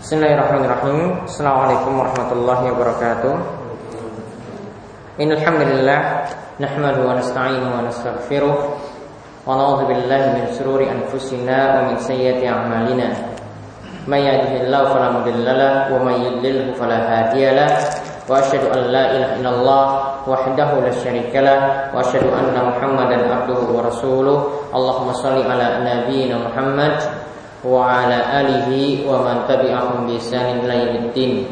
Bismillahirrahmanirrahim. Assalamualaikum warahmatullahi wabarakatuh. Innal hamdalillah nahmaduhu wa nasta'inuhu wa nastaghfiruh wa na'udzu billahi min shururi anfusina wa min sayyiati a'malina. May yahdihillahu fala mudilla lahu wa may yudlilhu fala hadiya lahu. Wa asyhadu an la ilaha illallah wahdahu la syarika lahu wa asyhadu anna Muhammadan abduhu wa rasuluh. Allahumma shalli ala nabiyyina Muhammad wa ala alihi wa man tabi'ahum bi ihsanin ila yaumiddin.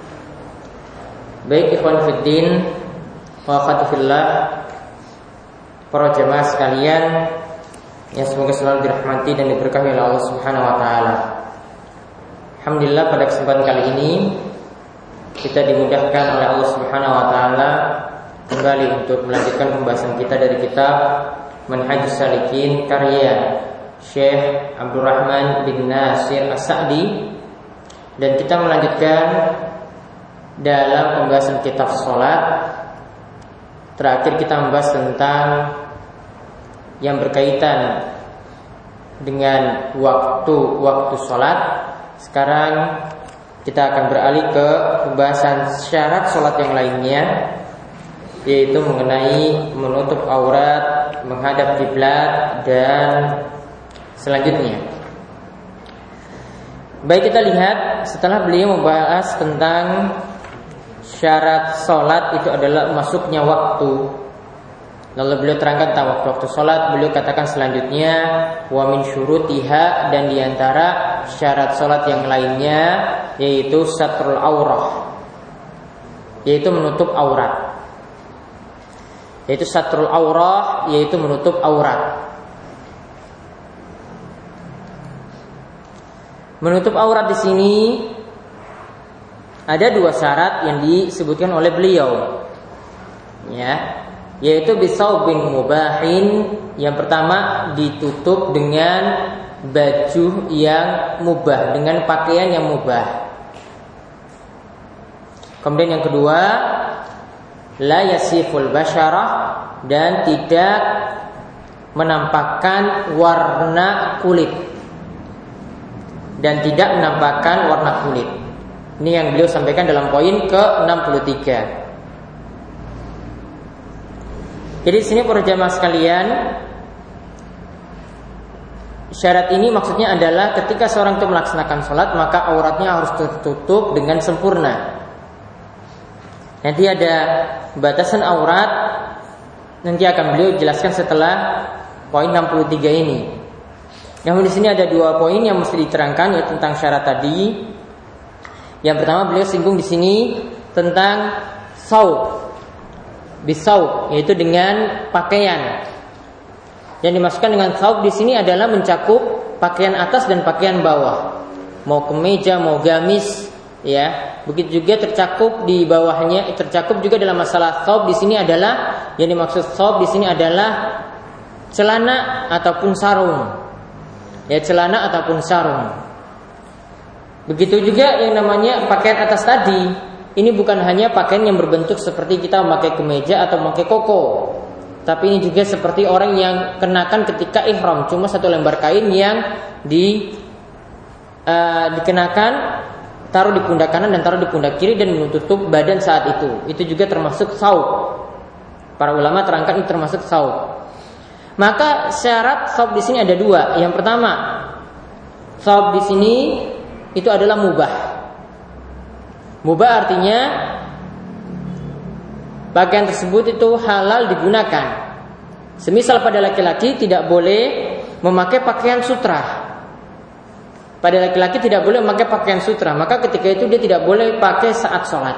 Baik ikhwan fiddin wa akhwati fillah, para jemaah sekalian yang semoga selalu dirahmati dan diberkahi oleh Allah Subhanahu wa taala. Alhamdulillah, pada kesempatan kali ini kita dimudahkan oleh Allah Subhanahu wa taala kembali untuk melanjutkan pembahasan kita dari kitab Manhajus Salikin karya Syekh Abdurrahman bin Nasir As-Sa'di, dan kita melanjutkan dalam pembahasan kitab salat. Terakhir kita membahas tentang yang berkaitan dengan waktu salat. Sekarang kita akan beralih ke pembahasan syarat salat yang lainnya, yaitu mengenai menutup aurat, menghadap kiblat, dan selanjutnya. Baik, kita lihat setelah beliau membahas tentang syarat salat itu adalah masuknya waktu, lalu beliau terangkan tentang waktu salat. Beliau katakan selanjutnya wa min syurutiha, dan diantara syarat salat yang lainnya yaitu satrul aurah, yaitu menutup aurat. Yaitu satrul aurah, yaitu menutup aurat. Menutup aurat di sini ada dua syarat yang disebutkan oleh beliau, ya, yaitu bisaubin mubahin. Yang pertama, ditutup dengan baju yang mubah, dengan pakaian yang mubah. Kemudian yang kedua, la yasiful basyarah, dan tidak menampakkan warna kulit, dan tidak menampakkan warna kulit. Ini yang beliau sampaikan dalam poin ke-63. Jadi di sini para jamaah sekalian, syarat ini maksudnya adalah ketika seorang itu melaksanakan sholat, maka auratnya harus tertutup dengan sempurna. Nanti ada batasan aurat, nanti akan beliau jelaskan setelah poin 63 ini. Namun di sini ada dua poin yang mesti diterangkan, yaitu tentang syarat tadi. Yang pertama, beliau singgung di sini tentang saub, bisaub, yaitu dengan pakaian. Yang dimaksudkan dengan saub di sini adalah mencakup pakaian atas dan pakaian bawah, mau kemeja, mau gamis, ya. Begitu juga tercakup di bawahnya, tercakup juga dalam masalah saub di sini adalah, yang dimaksud saub di sini adalah celana ataupun sarung. Ya, celana ataupun sarung. Begitu juga yang namanya pakaian atas tadi. Ini bukan hanya pakaian yang berbentuk seperti kita memakai kemeja atau memakai koko, tapi ini juga seperti orang yang kenakan ketika ihram, cuma satu lembar kain yang dikenakan, taruh di pundak kanan dan taruh di pundak kiri dan menutup badan saat itu. Itu juga termasuk saub. Para ulama terangkan itu termasuk saub. Maka syarat saub di sini ada dua. Yang pertama, saub di sini itu adalah mubah. Mubah artinya pakaian tersebut itu halal digunakan. Semisal pada laki-laki tidak boleh memakai pakaian sutra. Pada laki-laki tidak boleh memakai pakaian sutra, maka ketika itu dia tidak boleh pakai saat sholat.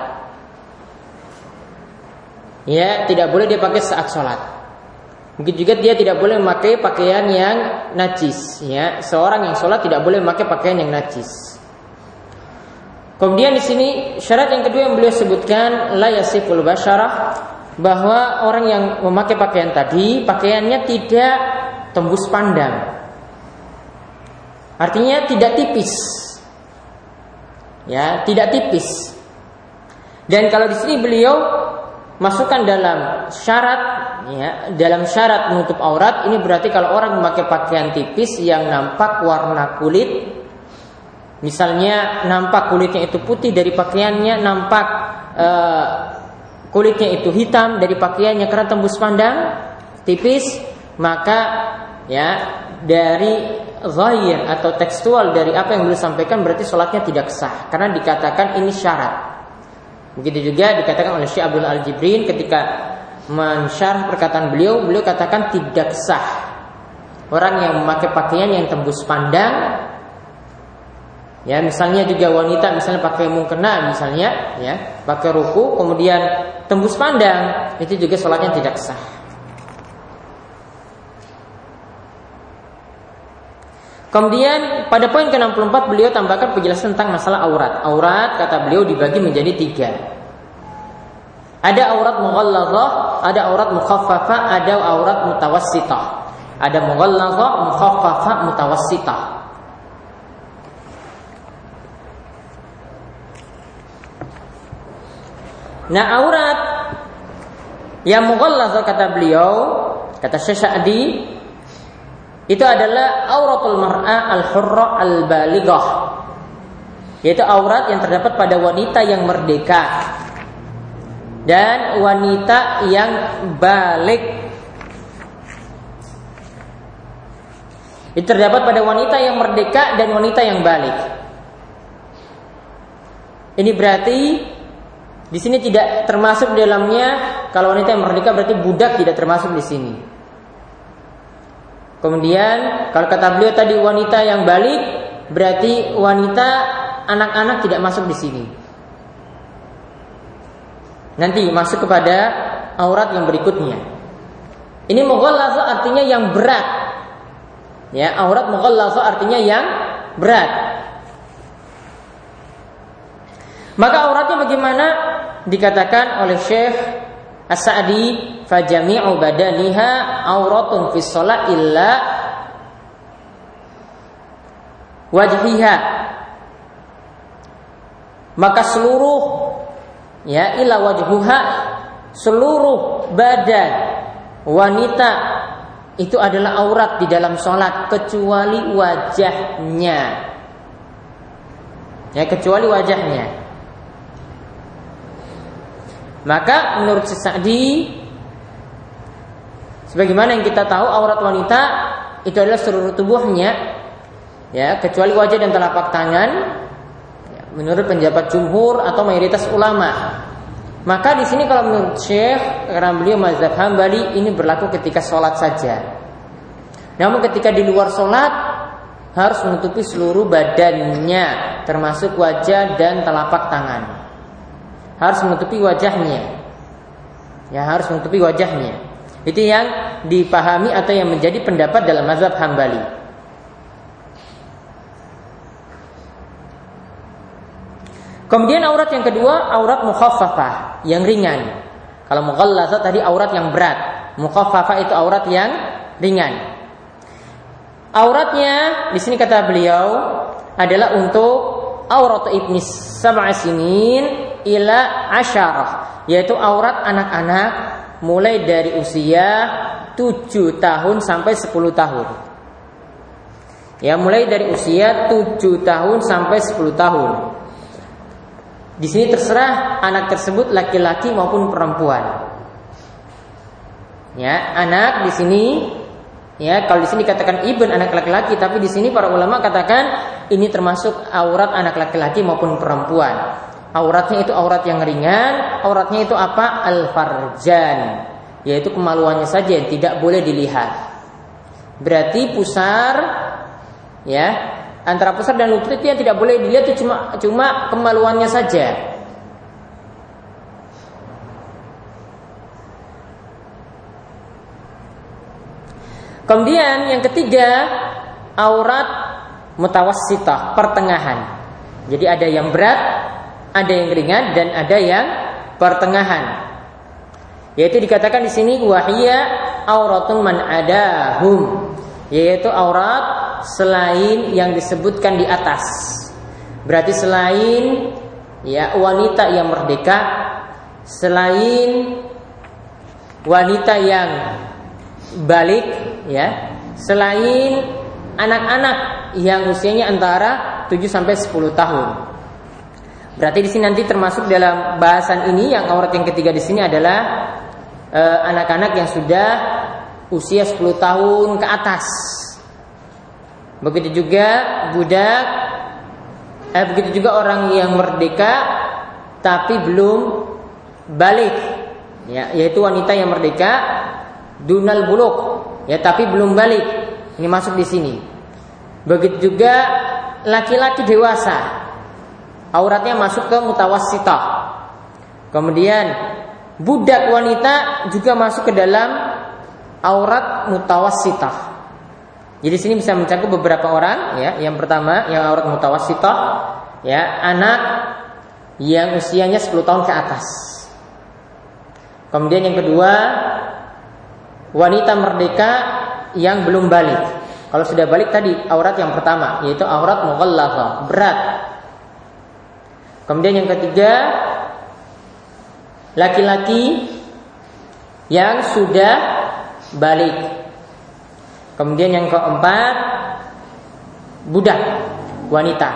Ya, tidak boleh dia pakai saat sholat. Begitu juga dia tidak boleh memakai pakaian yang najis, ya. Seorang yang sholat tidak boleh memakai pakaian yang najis. Kemudian di sini syarat yang kedua yang beliau sebutkan, la yasiful basyarah, bahwa orang yang memakai pakaian tadi, pakaiannya tidak tembus pandang. Artinya tidak tipis. Ya, tidak tipis. Dan kalau di sini beliau masukkan dalam syarat, ya, dalam syarat menutup aurat, ini berarti kalau orang memakai pakaian tipis yang nampak warna kulit, Misalnya nampak kulitnya itu putih dari pakaiannya, nampak kulitnya itu hitam dari pakaiannya karena tembus pandang tipis, maka ya dari zahir atau tekstual dari apa yang beliau sampaikan berarti sholatnya tidak sah karena dikatakan ini syarat. Begitu juga dikatakan oleh Syekh Abdul Al-Jibrin ketika mensyarah perkataan beliau katakan tidak sah orang yang memakai pakaian yang tembus pandang. Ya, misalnya juga wanita misalnya pakai mukena misalnya, ya, pakai ruku kemudian tembus pandang, itu juga sholatnya tidak sah. Kemudian pada poin ke-64 beliau tambahkan penjelasan tentang masalah aurat. Aurat kata beliau dibagi menjadi 3. Ada aurat mughalladzah, ada aurat mukhaffafah, ada aurat mutawassithah. Ada mughalladzah, mukhaffafah, mutawassithah. Nah, aurat yang mughalladzah kata beliau, kata Syekh Sa'di, itu adalah auratul mar'a al-hurra al-balighah, yaitu aurat yang terdapat pada wanita yang merdeka dan wanita yang balik. Itu terdapat pada wanita yang merdeka dan wanita yang balik. Ini berarti di sini tidak termasuk di dalamnya, kalau wanita yang merdeka berarti budak tidak termasuk di sini. Kemudian kalau kata beliau tadi wanita yang balik, berarti wanita anak-anak tidak masuk di sini. Nanti masuk kepada aurat yang berikutnya. Ini mughalladzah artinya yang berat. Ya, aurat mughalladzah artinya yang berat. Maka auratnya bagaimana? Dikatakan oleh Syekh As-Sa'di, fajami'u badaniha auratun fis shalah illa wajhiha. Maka seluruh ya illa wajhuha, seluruh badan wanita itu adalah aurat di dalam sholat kecuali wajahnya. Ya, kecuali wajahnya. Maka menurut Sa'di, sebagaimana yang kita tahu aurat wanita itu adalah seluruh tubuhnya, ya kecuali wajah dan telapak tangan. Ya, menurut pendapat jumhur atau mayoritas ulama. Maka di sini kalau menurut Syekh, karena beliau mazhab Hambali, ini berlaku ketika sholat saja. Namun ketika di luar sholat harus menutupi seluruh badannya, termasuk wajah dan telapak tangan. Harus menutupi wajahnya. Ya, harus menutupi wajahnya. Itu yang dipahami atau yang menjadi pendapat dalam mazhab Hambali. Kemudian aurat yang kedua, aurat mukhaffafah, yang ringan. Kalau mughalladzah tadi aurat yang berat, mukhaffafah itu aurat yang ringan. Auratnya di sini kata beliau adalah untuk aurat ibnis sab'a sinin ila asyarah, yaitu aurat anak-anak mulai dari usia 7 tahun sampai 10 tahun. Ya, mulai dari usia 7 tahun sampai 10 tahun. Di sini terserah anak tersebut laki-laki maupun perempuan. Ya, anak di sini, ya kalau di sini dikatakan ibn anak laki-laki, tapi di sini para ulama katakan ini termasuk aurat anak laki-laki maupun perempuan. Auratnya itu aurat yang ringan. Auratnya itu apa? Al-farjan, yaitu kemaluannya saja yang tidak boleh dilihat. Berarti pusar, ya, antara pusar dan lutut itu yang tidak boleh dilihat itu cuma kemaluannya saja. Kemudian yang ketiga, aurat mutawassithah, pertengahan. Jadi ada yang berat, ada yang ringan, dan ada yang pertengahan. Yaitu dikatakan di sini wahiyya auratun man adahum, yaitu aurat selain yang disebutkan di atas. Berarti selain ya wanita yang merdeka, selain wanita yang balik, ya, selain anak-anak yang usianya antara 7 sampai 10 tahun. Berarti di sini nanti termasuk dalam bahasan ini yang aurat yang ketiga di sini adalah anak-anak yang sudah usia 10 tahun ke atas. Begitu juga budak, begitu juga orang yang merdeka tapi belum balik, ya, yaitu wanita yang merdeka dunal buluk, ya, tapi belum balik. Ini masuk di sini. Begitu juga laki-laki dewasa, auratnya masuk ke mutawassithah. Kemudian budak wanita juga masuk ke dalam aurat mutawassithah. Jadi sini bisa mencakup beberapa orang, ya. Yang pertama yang aurat mutawassithah, ya, anak yang usianya 10 tahun ke atas. Kemudian yang kedua, wanita merdeka yang belum balik. Kalau sudah balik tadi aurat yang pertama, yaitu aurat mughallazah, berat. Kemudian yang ketiga, laki-laki yang sudah balik. Kemudian yang keempat, budak wanita.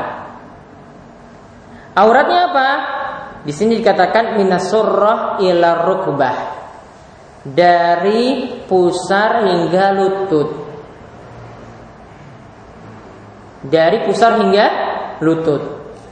Auratnya apa? Di sini dikatakan minasurrah ila rukbah, dari pusar hingga lutut. Dari pusar hingga lutut.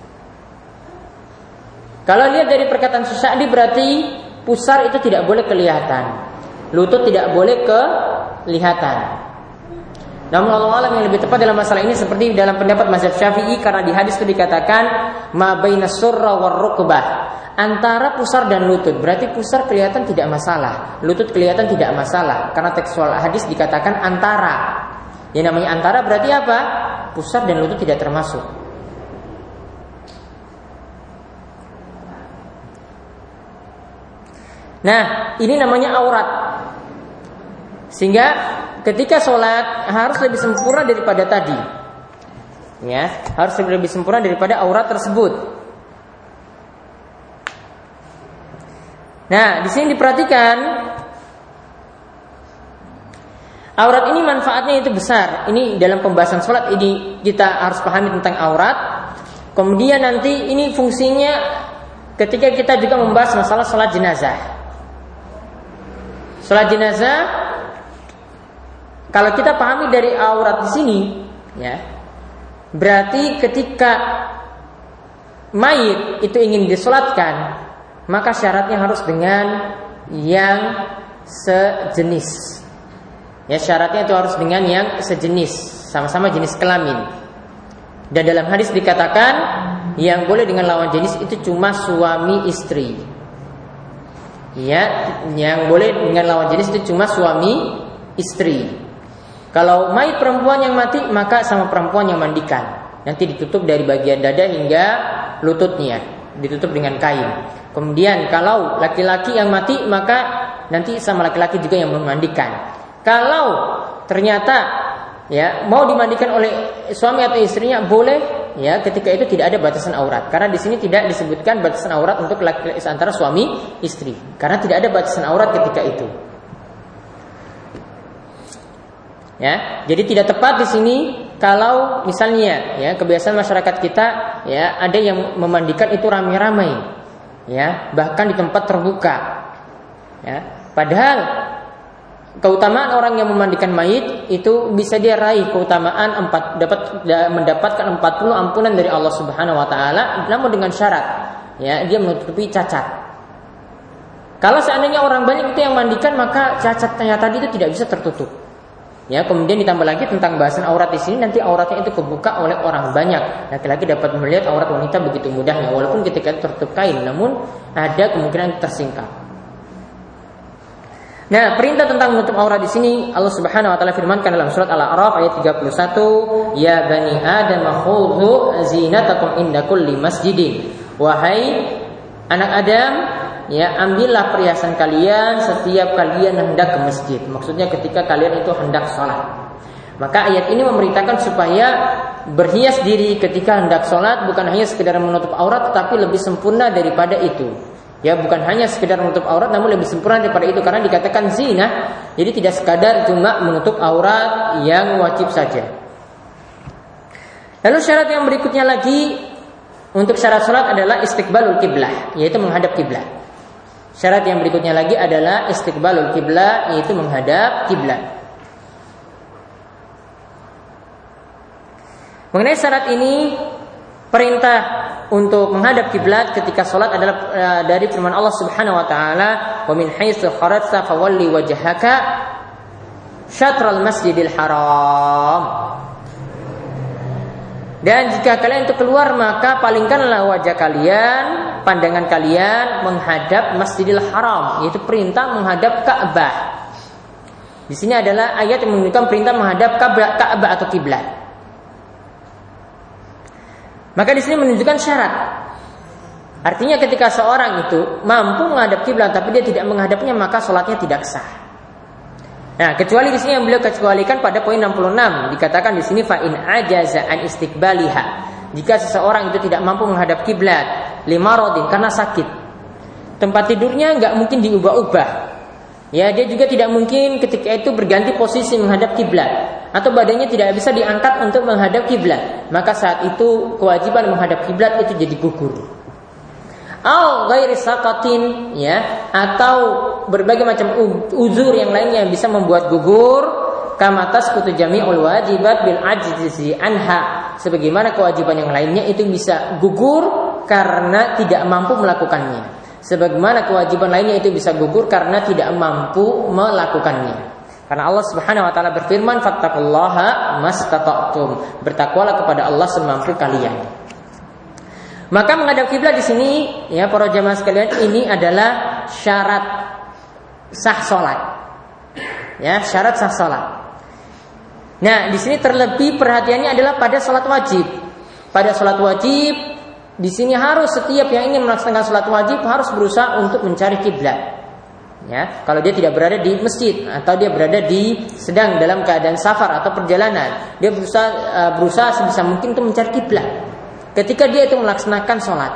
Kalau lihat dari perkataan Sa'di berarti pusar itu tidak boleh kelihatan, lutut tidak boleh kelihatan. Namun Allah alam yang lebih tepat dalam masalah ini seperti dalam pendapat mazhab Syafi'i, karena di hadis itu dikatakan ma bainas surra war rukbah, antara pusar dan lutut. Berarti pusar kelihatan tidak masalah, lutut kelihatan tidak masalah, karena tekstual hadis dikatakan antara. Yang namanya antara berarti apa? Pusar dan lutut tidak termasuk. Nah, ini namanya aurat. Sehingga ketika sholat harus lebih sempurna daripada tadi, ya, harus lebih sempurna daripada aurat tersebut. Nah, di sini diperhatikan aurat ini manfaatnya itu besar. Ini dalam pembahasan sholat ini kita harus pahami tentang aurat. Kemudian nanti ini fungsinya ketika kita juga membahas masalah sholat jenazah. Sholat jenazah, kalau kita pahami dari aurat di sini, ya, berarti ketika mayit itu ingin disolatkan, maka syaratnya harus dengan yang sejenis. Ya, syaratnya itu harus dengan yang sejenis, sama-sama jenis kelamin. Dan dalam hadis dikatakan yang boleh dengan lawan jenis itu cuma suami istri. Ya, yang boleh dengan lawan jenis itu cuma suami istri. Kalau mayit perempuan yang mati, maka sama perempuan yang mandikan. Nanti ditutup dari bagian dada hingga lututnya, ditutup dengan kain. Kemudian kalau laki-laki yang mati, maka nanti sama laki-laki juga yang memandikan. Kalau ternyata ya mau dimandikan oleh suami atau istrinya, boleh, ya, ketika itu tidak ada batasan aurat. Karena di sini tidak disebutkan batasan aurat untuk laki-laki antara suami istri. Karena tidak ada batasan aurat ketika itu. Ya, jadi tidak tepat di sini kalau misalnya, ya, kebiasaan masyarakat kita, ya, ada yang memandikan itu ramai-ramai, ya, bahkan di tempat terbuka, ya. Padahal keutamaan orang yang memandikan mayit itu bisa dia raih keutamaan mendapatkan 40 ampunan dari Allah Subhanahu wa taala, namun dengan syarat, ya, dia menutupi cacat. Kalau seandainya orang banyak itu yang mandikan, maka cacatnya tadi itu tidak bisa tertutup. Ya, kemudian ditambah lagi tentang bahasan aurat di sini, nanti auratnya itu kebuka oleh orang banyak. Laki-laki dapat melihat aurat wanita begitu mudahnya, walaupun ketika itu tertutup kain, namun ada kemungkinan tersingkap. Nah, perintah tentang menutup aurat di sini Allah Subhanahu wa taala firmankan dalam surat Al-A'raf ayat 31, "Ya bani Adam khudhu zinatakum inda kulli masjidin." Wahai anak Adam, ya, ambillah perhiasan kalian setiap kalian hendak ke masjid. Maksudnya ketika kalian itu hendak sholat. Maka ayat ini memberitakan supaya berhias diri ketika hendak sholat bukan hanya sekedar menutup aurat, tetapi lebih sempurna daripada itu. Ya, bukan hanya sekedar menutup aurat, namun lebih sempurna daripada itu, karena dikatakan zina. Jadi tidak sekadar cuma menutup aurat yang wajib saja. Lalu syarat yang berikutnya lagi untuk syarat salat adalah istiqbalul kiblah, yaitu menghadap kiblat. Syarat yang berikutnya lagi adalah istiqbalul kiblah, yaitu menghadap kiblat. Mengenai syarat ini, perintah untuk menghadap kiblat ketika salat adalah dari firman Allah Subhanahu wa taala, "Wa min haitsu kharajta fawalli wajhaka syatral masjidil haram." Dan jika kalian itu keluar, maka palingkanlah wajah kalian, pandangan kalian menghadap Masjidil Haram, yaitu perintah menghadap Ka'bah. Di sini adalah ayat yang menunjukkan perintah menghadap Ka'bah atau kiblat. Maka di sini menunjukkan syarat. Artinya ketika seorang itu mampu menghadap kiblat tapi dia tidak menghadapnya, maka sholatnya tidak sah. Nah, kecuali di sini yang beliau kecualikan pada poin 66, dikatakan di sini fa in ajaza an istiqbaliha. Jika seseorang itu tidak mampu menghadap kiblat limaradin, karena sakit. Tempat tidurnya enggak mungkin diubah-ubah. Ya, dia juga tidak mungkin ketika itu berganti posisi menghadap kiblat, atau badannya tidak bisa diangkat untuk menghadap kiblat. Maka saat itu kewajiban menghadap kiblat itu jadi gugur. Au ghairi saqatin, ya, atau berbagai macam uzur yang lainnya yang bisa membuat gugur, kama tasqutu jami'ul wajibat bil ajzi anha, sebagaimana kewajiban yang lainnya itu bisa gugur karena tidak mampu melakukannya, sebagaimana kewajiban lainnya itu bisa gugur karena tidak mampu melakukannya. Karena Allah Subhanahu wa taala berfirman, fattaqullaha mastata'tum, bertakwalah kepada Allah semampu kalian. Maka menghadap kiblat di sini, ya para jamaah sekalian, ini adalah syarat sah salat. Ya, syarat sah salat. Nah, di sini terlebih perhatiannya adalah pada salat wajib. Pada salat wajib, di sini harus setiap yang ingin melaksanakan salat wajib harus berusaha untuk mencari kiblat. Ya, kalau dia tidak berada di masjid atau dia berada sedang dalam keadaan safar atau perjalanan, dia berusaha sebisa mungkin untuk mencari kiblat ketika dia itu melaksanakan sholat.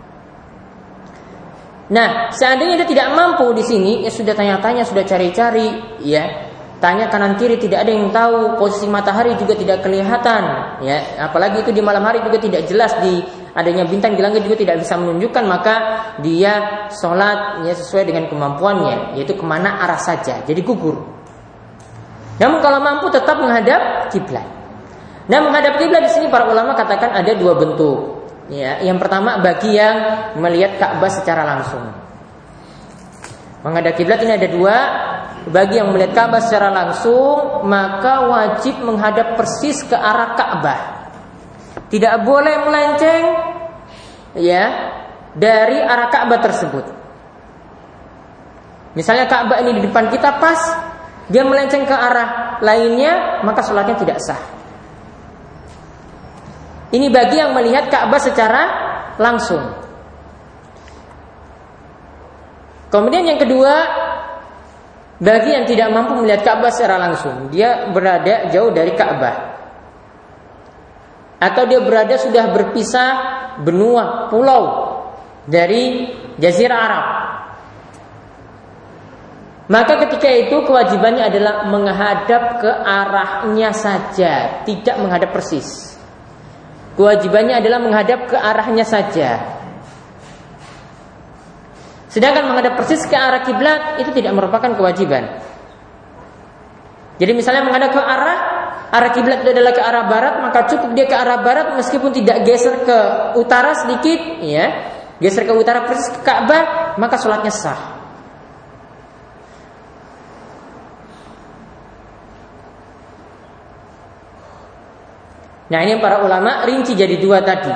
Nah, seandainya dia tidak mampu di sini, ya sudah tanya-tanya, sudah cari-cari, ya, tanya kanan kiri, tidak ada yang tahu, posisi matahari juga tidak kelihatan, ya, apalagi itu di malam hari juga tidak jelas, di adanya bintang di langit juga tidak bisa menunjukkan, maka dia sholat ya sesuai dengan kemampuannya, yaitu kemana arah saja, jadi gugur. Namun kalau mampu tetap menghadap kiblat. Nah, menghadap kiblat di sini para ulama katakan ada dua bentuk. Ya, yang pertama bagi yang melihat Ka'bah secara langsung. Menghadap kiblat ini ada dua. Bagi yang melihat Ka'bah secara langsung, maka wajib menghadap persis ke arah Ka'bah. Tidak boleh melenceng, ya, dari arah Ka'bah tersebut. Misalnya Ka'bah ini di depan kita pas, dia melenceng ke arah lainnya, maka sholatnya tidak sah. Ini bagi yang melihat Ka'bah secara langsung. Kemudian yang kedua, bagi yang tidak mampu melihat Ka'bah secara langsung, dia berada jauh dari Ka'bah, atau dia berada sudah berpisah benua pulau dari Jazirah Arab. Maka ketika itu kewajibannya adalah menghadap ke arahnya saja, tidak menghadap persis. Kewajibannya adalah menghadap ke arahnya saja. Sedangkan menghadap persis ke arah kiblat itu tidak merupakan kewajiban. Jadi misalnya menghadap ke arah kiblat itu adalah ke arah barat, maka cukup dia ke arah barat meskipun tidak geser ke utara sedikit, ya, geser ke utara persis ke Ka'bah, maka sholatnya sah. Nah, ini para ulama rinci jadi dua tadi.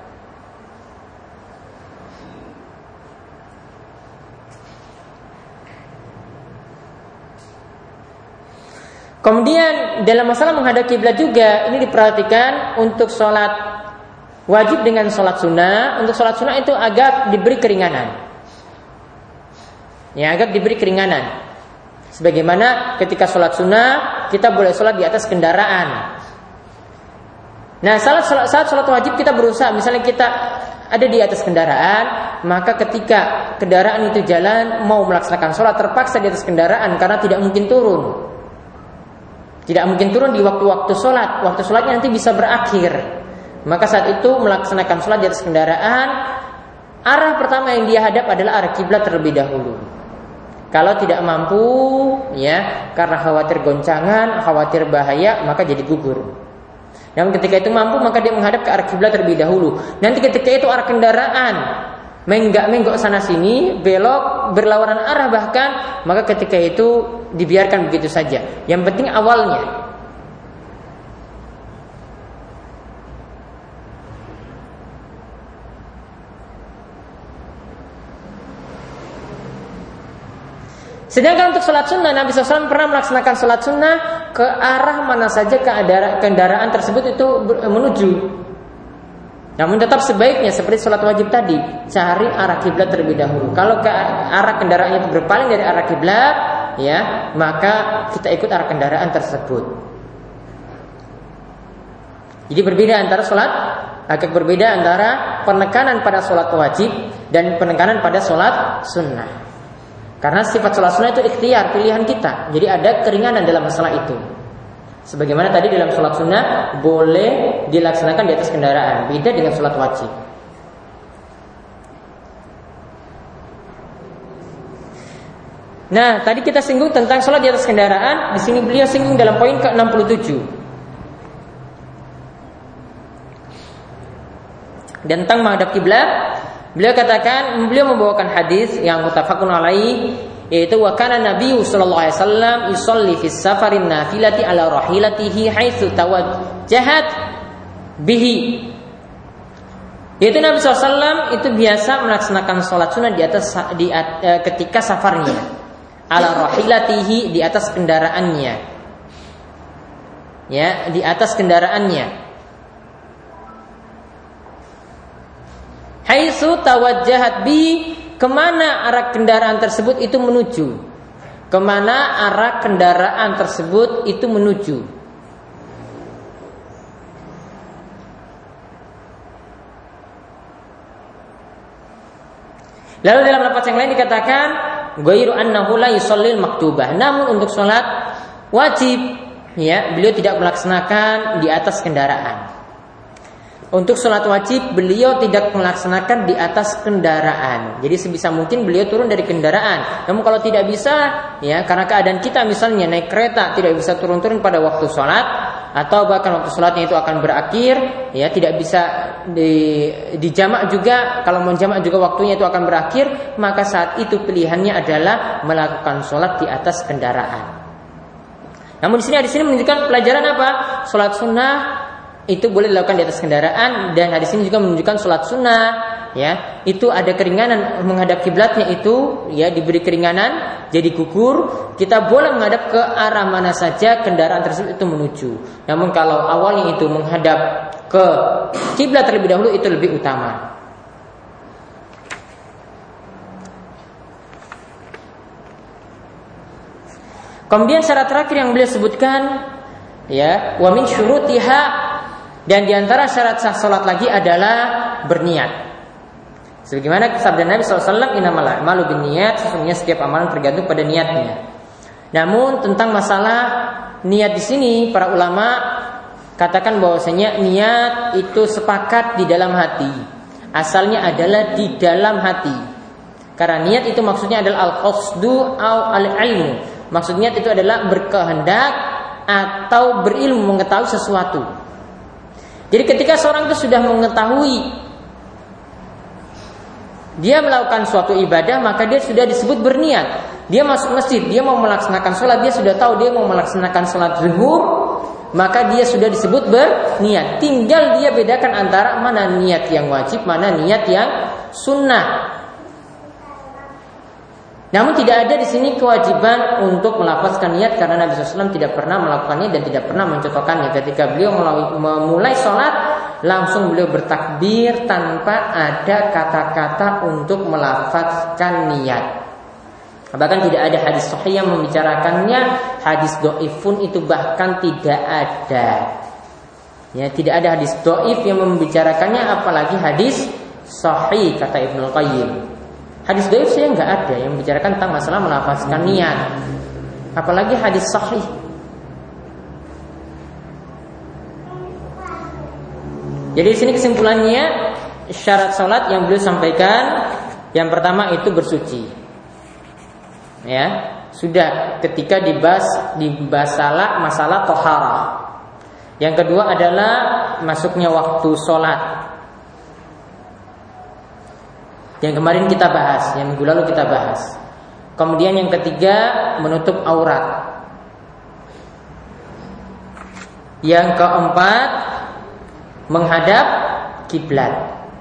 Kemudian dalam masalah menghadap kiblat juga ini diperhatikan untuk sholat wajib dengan sholat sunnah. Untuk sholat sunnah itu agak diberi keringanan. Ya, agak diberi keringanan. Sebagaimana ketika sholat sunnah kita boleh sholat di atas kendaraan. Nah, saat sholat wajib kita berusaha, misalnya kita ada di atas kendaraan, maka ketika kendaraan itu jalan mau melaksanakan sholat terpaksa di atas kendaraan karena tidak mungkin turun. Tidak mungkin turun di waktu-waktu sholat. Waktu sholatnya nanti bisa berakhir. maka saat itu melaksanakan sholat di atas kendaraan, arah pertama yang dia hadap adalah arah kiblat terlebih dahulu. Kalau tidak mampu, ya, karena khawatir goncangan, khawatir bahaya, maka jadi gugur. Namun ketika itu mampu, maka dia menghadap ke arah kiblat terlebih dahulu. Nanti ketika itu arah kendaraan menggok sana sini, belok, berlawanan arah bahkan, maka ketika itu dibiarkan begitu saja. Yang penting awalnya. Sedangkan untuk sholat sunnah, Nabi SAW pernah melaksanakan sholat sunnah ke arah mana saja kendaraan tersebut itu menuju. Namun tetap sebaiknya seperti sholat wajib tadi, cari arah kiblat terlebih dahulu. Kalau ke arah kendaraannya itu berpaling dari arah kiblat, ya, maka kita ikut arah kendaraan tersebut. Jadi berbeda antara sholat, agak berbeda antara penekanan pada sholat wajib dan penekanan pada sholat sunnah. Karena sifat sholat sunnah itu ikhtiar, pilihan kita. Jadi ada keringanan dalam masalah itu. Sebagaimana tadi dalam sholat sunnah boleh dilaksanakan di atas kendaraan, beda dengan sholat wajib. Nah, tadi kita singgung tentang sholat di atas kendaraan. Di sini beliau singgung dalam poin ke-67. Dan tentang menghadap kiblat, beliau katakan, beliau membawakan hadis yang muttafaqun alaih, yaitu wa kana Nabi sallallahu alaihi wasallam yusalli fi safarin nafilati ala rahilatihi haitsu tawajjahat bihi. Yaitu Nabi SAW itu biasa melaksanakan sholat sunnah ketika safarnya, ala rahilatihi, di atas kendaraannya, ya, di atas kendaraannya. Haitsu tawajjahat bi, kemana arah kendaraan tersebut itu menuju? Kemana arah kendaraan tersebut itu menuju? Lalu dalam lafaz yang lain dikatakan ghairu annahu la yusallil maktubah. Namun untuk sholat wajib, ya, beliau tidak melaksanakan di atas kendaraan. Untuk sholat wajib beliau tidak melaksanakan di atas kendaraan. Jadi sebisa mungkin beliau turun dari kendaraan. Namun kalau tidak bisa, ya, karena keadaan kita misalnya naik kereta tidak bisa turun-turun pada waktu sholat, atau bahkan waktu sholatnya itu akan berakhir, ya, tidak bisa dijamak juga. Kalau mau jamak juga waktunya itu akan berakhir, maka saat itu pilihannya adalah melakukan sholat di atas kendaraan. Namun di sini menunjukkan pelajaran apa? Sholat sunnah itu boleh dilakukan di atas kendaraan, dan hadis ini juga menunjukkan sholat sunnah, ya, itu ada keringanan menghadap kiblatnya itu, ya, diberi keringanan, jadi gugur. Kita boleh menghadap ke arah mana saja kendaraan tersebut itu menuju. Namun kalau awalnya itu menghadap ke kiblat terlebih dahulu, itu lebih utama. Kemudian syarat terakhir yang beliau sebutkan, ya, wa min syurutiha, dan diantara syarat sah salat lagi adalah berniat. Sebagaimana sabda Nabi SAW, innamal a'malu binniyat, sesungguhnya setiap amalan tergantung pada niatnya. Namun tentang masalah niat di sini, para ulama katakan bahwasanya niat itu sepakat di dalam hati. Asalnya adalah di dalam hati. Karena niat itu maksudnya adalah al-qasdu au al-ilmu. Maksudnya itu adalah berkehendak atau berilmu, mengetahui sesuatu. Jadi ketika seorang itu sudah mengetahui dia melakukan suatu ibadah, maka dia sudah disebut berniat. Dia masuk masjid, dia mau melaksanakan sholat, dia sudah tahu dia mau melaksanakan sholat zuhur, maka dia sudah disebut berniat. Tinggal dia bedakan antara mana niat yang wajib, mana niat yang sunnah. Namun tidak ada di sini kewajiban untuk melafazkan niat, karena Nabi SAW tidak pernah melakukannya dan tidak pernah mencontohkannya. Ketika beliau memulai sholat, langsung beliau bertakbir tanpa ada kata-kata untuk melafazkan niat. Bahkan tidak ada hadis sahih yang membicarakannya. Hadis dhaif pun itu bahkan tidak ada. Ya, tidak ada hadis dhaif yang membicarakannya, apalagi hadis sahih, kata Ibnu Qayyim. Hadis dhaif saya nggak ada yang membicarakan tentang masalah melafazkan niat, apalagi hadis sahih. Jadi di sini kesimpulannya, syarat sholat yang beliau sampaikan, yang pertama itu bersuci. Ya, sudah ketika dibahas masalah toharah. Yang kedua adalah masuknya waktu sholat, yang kemarin kita bahas, yang minggu lalu kita bahas. Kemudian yang ketiga, menutup aurat. Yang keempat, menghadap kiblat.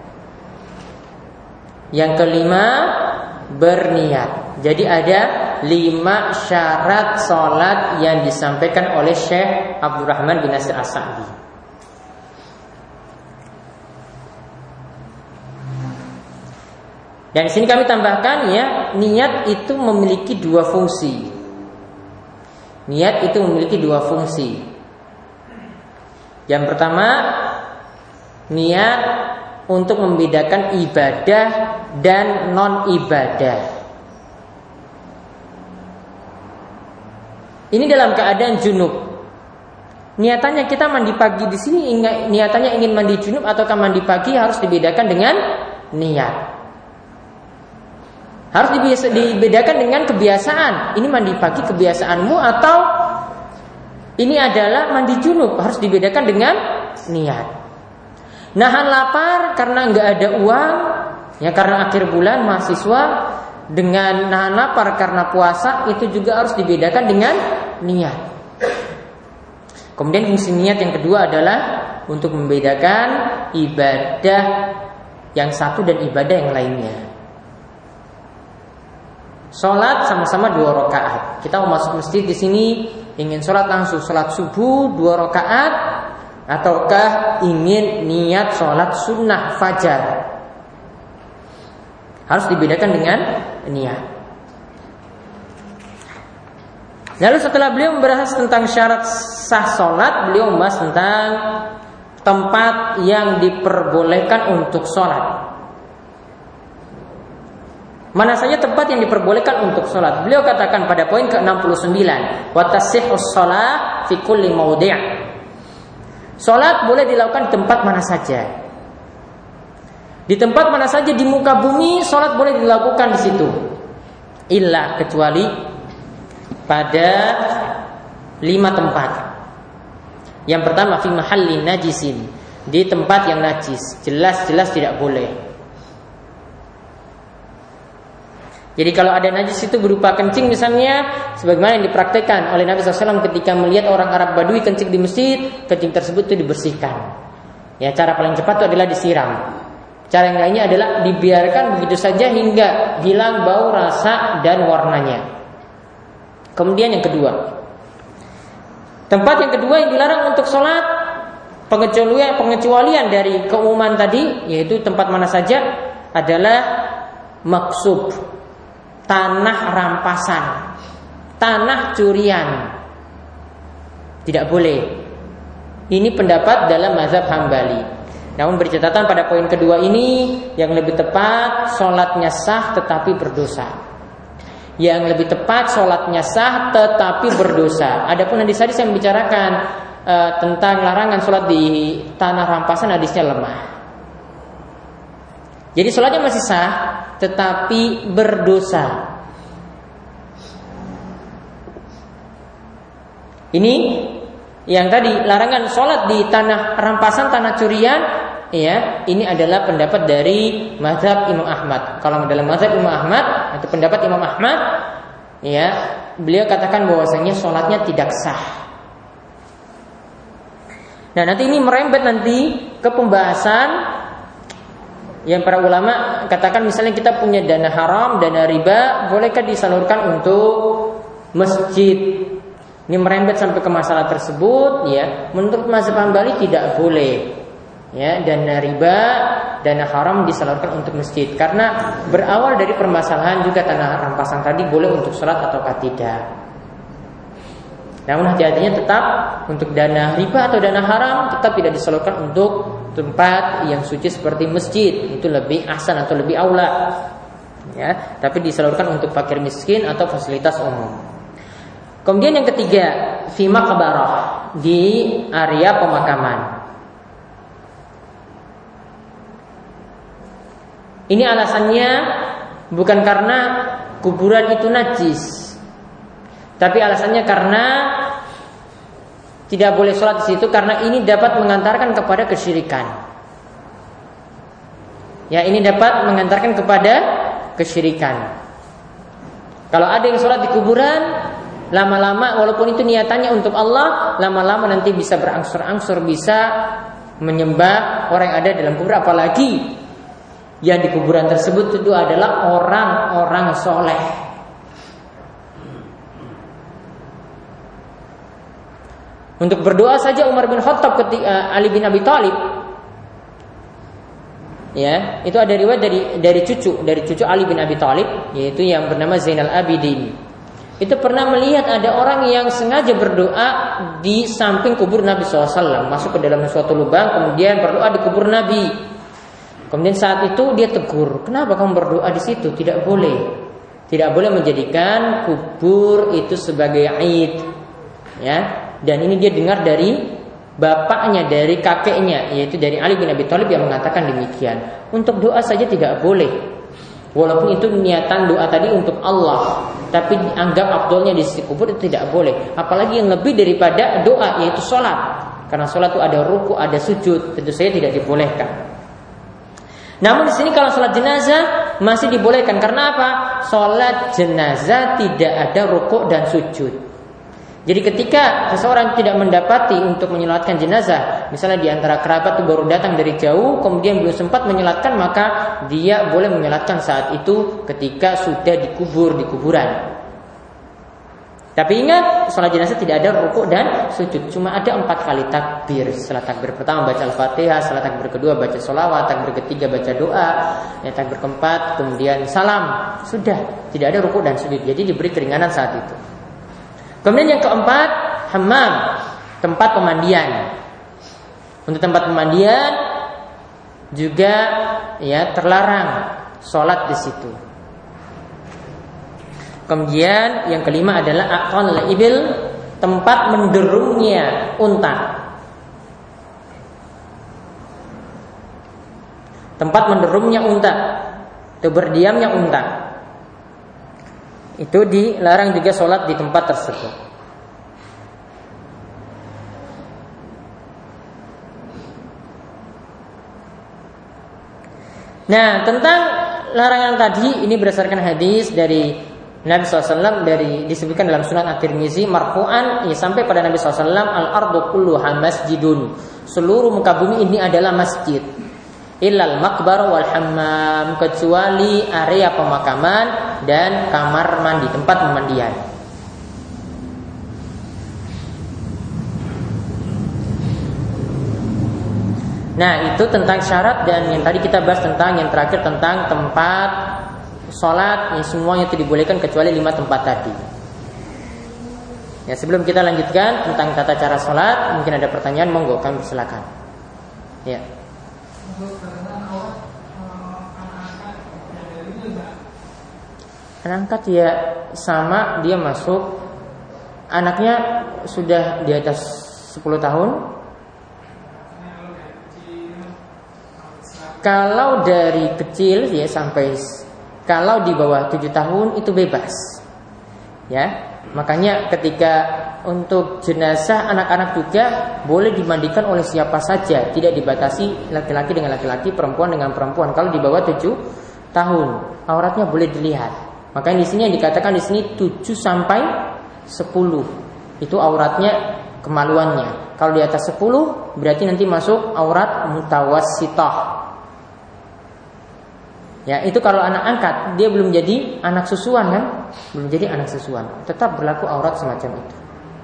Yang kelima, berniat. Jadi ada 5 syarat sholat yang disampaikan oleh Syekh Abdurrahman bin Nasir As-Sa'di. Dan di sini kami tambahkan ya, niat itu memiliki 2 fungsi. Niat itu memiliki 2 fungsi. Yang pertama, niat untuk membedakan ibadah dan non-ibadah. Ini dalam keadaan junub. Niatannya kita mandi pagi di sini, niatannya ingin mandi junub ataukah mandi pagi, harus dibedakan dengan niat. Harus dibedakan dengan kebiasaan. Ini mandi pagi kebiasaanmu atau ini adalah mandi junub, harus dibedakan dengan niat. Nahan lapar karena nggak ada uang, ya karena akhir bulan mahasiswa, dengan nahan lapar karena puasa, itu juga harus dibedakan dengan niat. Kemudian fungsi niat yang kedua adalah untuk membedakan ibadah yang satu dan ibadah yang lainnya. Sholat sama-sama 2 rakaat. Kita mau masuk masjid di sini, ingin sholat langsung sholat subuh 2 rakaat, ataukah ingin niat sholat sunnah fajar, harus dibedakan dengan niat. Lalu setelah beliau membahas tentang syarat sah sholat, beliau membahas tentang tempat yang diperbolehkan untuk sholat. Mana saja tempat yang diperbolehkan untuk sholat? Beliau katakan pada poin ke-69, wa tasihhus shalah fi kulli mawdi'. Sholat boleh dilakukan di tempat mana saja. Di tempat mana saja di muka bumi, sholat boleh dilakukan di situ. Illa, kecuali pada 5 tempat. Yang pertama, fi mahallin najisin, di tempat yang najis, jelas-jelas tidak boleh. Jadi kalau ada najis itu berupa kencing misalnya, sebagaimana yang dipraktekkan oleh Nabi SAW ketika melihat orang Arab Badui kencing di masjid, kencing tersebut itu dibersihkan. Ya, cara paling cepat itu adalah disiram. Cara yang lainnya adalah dibiarkan begitu saja hingga hilang bau, rasa, dan warnanya. Kemudian yang kedua, tempat yang kedua yang dilarang untuk sholat, pengecualian dari keumuman tadi, yaitu tempat mana saja, adalah maksub, tanah rampasan, tanah curian, tidak boleh. Ini pendapat dalam mazhab Hambali. Namun bercatatan pada poin kedua ini, yang lebih tepat sholatnya sah tetapi berdosa. Yang lebih tepat sholatnya sah tetapi berdosa. Adapun hadis saya membicarakan tentang larangan sholat di tanah rampasan, hadisnya lemah. Jadi sholatnya masih sah tetapi berdosa. Ini yang tadi larangan sholat di tanah rampasan, tanah curian, ya, ini adalah pendapat dari mazhab Imam Ahmad. Kalau dalam mazhab Imam Ahmad atau pendapat Imam Ahmad, ya, beliau katakan bahwasanya sholatnya tidak sah. Nah, nanti ini merembet nanti ke pembahasan yang para ulama katakan, misalnya kita punya dana haram, dana riba, bolehkah disalurkan untuk masjid? Ini merembet sampai ke masalah tersebut, ya. Menurut mazhab Hambali tidak boleh, ya, dana riba, dana haram disalurkan untuk masjid, karena berawal dari permasalahan juga tanah rampasan tadi boleh untuk sholat ataukah tidak. Namun hati-hatinya tetap untuk dana riba atau dana haram tetap tidak disalurkan untuk tempat yang suci seperti masjid, itu lebih ahsan atau lebih aula, ya, tapi disalurkan untuk fakir miskin atau fasilitas umum. Kemudian yang ketiga, fi maqbarah, di area pemakaman. Ini alasannya bukan karena kuburan itu najis, tapi alasannya karena tidak boleh sholat di situ karena ini dapat mengantarkan kepada kesyirikan. Ya, ini dapat mengantarkan kepada kesyirikan. Kalau ada yang sholat di kuburan, lama-lama walaupun itu niatannya untuk Allah, lama-lama nanti bisa berangsur-angsur bisa menyembah orang yang ada dalam kubur. Apalagi yang di kuburan tersebut itu adalah orang-orang soleh. Untuk berdoa saja Umar bin Khattab ketika Ali bin Abi Thalib, ya, itu ada riwayat dari cucu Ali bin Abi Thalib, yaitu yang bernama Zainal Abidin. Itu pernah melihat ada orang yang sengaja berdoa di samping kubur Nabi SAW, masuk ke dalam suatu lubang, kemudian berdoa di kubur Nabi. Kemudian saat itu dia tegur, kenapa kamu berdoa di situ? Tidak boleh menjadikan kubur itu sebagai aid, ya. Dan ini dia dengar dari bapaknya, dari kakeknya, yaitu dari Ali bin Abi Thalib yang mengatakan demikian. Untuk doa saja tidak boleh, walaupun itu niatan doa tadi untuk Allah, tapi anggap afdolnya di sisi kubur itu tidak boleh. Apalagi yang lebih daripada doa, yaitu sholat. Karena sholat itu ada ruku, ada sujud, tentu saja tidak dibolehkan. Namun di sini kalau sholat jenazah masih dibolehkan. Karena apa? Sholat jenazah tidak ada ruku dan sujud. Jadi ketika seseorang tidak mendapati untuk menyolatkan jenazah, misalnya di antara kerabat itu baru datang dari jauh, kemudian belum sempat menyolatkan, maka dia boleh menyolatkan saat itu ketika sudah dikubur di kuburan. Tapi ingat, sholat jenazah tidak ada rukuk dan sujud, cuma ada 4 kali takbir. Setelah takbir pertama baca Al-Fatihah, setelah takbir kedua baca sholawat, takbir ketiga baca doa, ya, takbir keempat kemudian salam. Sudah, tidak ada rukuk dan sujud. Jadi diberi keringanan saat itu. Kemudian yang keempat, hammam, tempat pemandian. Untuk tempat pemandian juga ya terlarang sholat di situ. Kemudian yang kelima adalah aqal ibil, tempat menderungnya unta. Tempat menderungnya unta, atau berdiamnya unta. Itu dilarang juga sholat di tempat tersebut. Nah, tentang larangan tadi ini berdasarkan hadis dari Nabi SAW, disebutkan dalam Sunan At-Tirmizi marfu'an, ya, sampai pada Nabi SAW, al-ardu kulluha masjidun, seluruh muka bumi ini adalah masjid, illal maqbar wal hammam, kecuali area pemakaman dan kamar mandi, tempat pemandian. Nah, itu tentang syarat. Dan yang tadi kita bahas tentang yang terakhir tentang tempat sholat, yang semuanya itu dibolehkan kecuali 5 tempat tadi. Ya, sebelum kita lanjutkan tentang tata cara sholat, mungkin ada pertanyaan, monggo kami silakan. Ya. Anak angkat ya sama, dia masuk, anaknya sudah di atas 10 tahun. Kalau dari kecil ya sampai, kalau di bawah 7 tahun itu bebas. Ya, makanya ketika untuk jenazah anak-anak juga boleh dimandikan oleh siapa saja, tidak dibatasi laki-laki dengan laki-laki, perempuan dengan perempuan. Kalau di bawah 7 tahun, auratnya boleh dilihat. Makanya di sini yang dikatakan di sini 7 sampai 10 itu auratnya, kemaluannya. Kalau di atas 10 berarti nanti masuk aurat mutawassithah. Ya, itu kalau anak angkat, dia belum jadi anak susuan kan? Belum jadi anak susuan, tetap berlaku aurat semacam itu.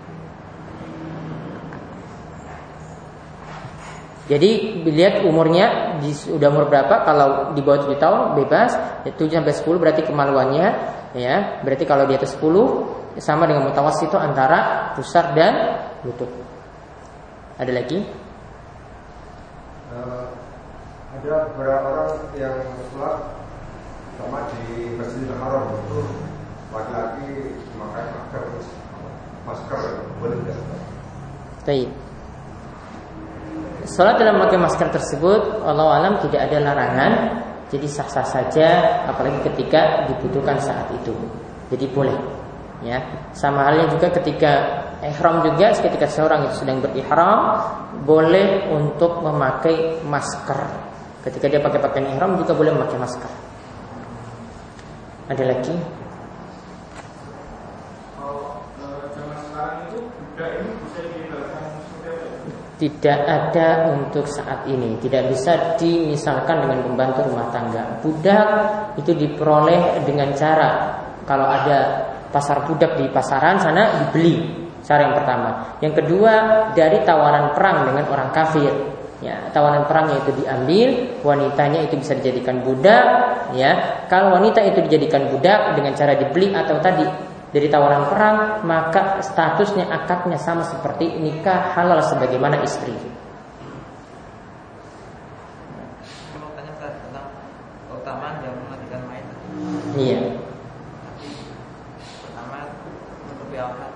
Jadi lihat umurnya, sudah umur berapa. Kalau di bawah 7 tahun bebas, 7 sampai 10 berarti kemaluannya, ya. Berarti kalau di atas 10 sama dengan mutawassithah antara pusar dan lutut. Ada lagi? Ada beberapa orang yang sholat sama di Masjidil Haram itu laki-laki memakai masker, boleh tidak? Baik. Sholat dalam memakai masker tersebut, wallahu alam tidak ada larangan, Jadi sah-sah saja, apalagi ketika dibutuhkan saat itu. Jadi boleh. Ya, sama halnya juga ketika ihram juga, ketika seorang itu sedang berihram boleh untuk memakai masker. Ketika dia pakai pakaian ihram juga boleh memakai masker. Ada lagi? Zaman sekarang itu budak ini bisa dilakukan seperti apa? Tidak ada untuk saat ini. Tidak bisa dimisalkan dengan pembantu rumah tangga. Budak itu diperoleh dengan cara, kalau ada pasar budak di pasaran sana, dibeli. Cara yang pertama. Yang kedua, dari tawaran perang dengan orang kafir. Ya, tawaran perangnya itu diambil, wanitanya itu bisa dijadikan budak. Ya, kalau wanita itu dijadikan budak dengan cara dibeli atau tadi dari tawaran perang, maka statusnya akadnya sama seperti nikah halal sebagaimana istri. Mau tanya tentang keutamaan yang mengajukan main. Iya. Pertama menutupi aurat.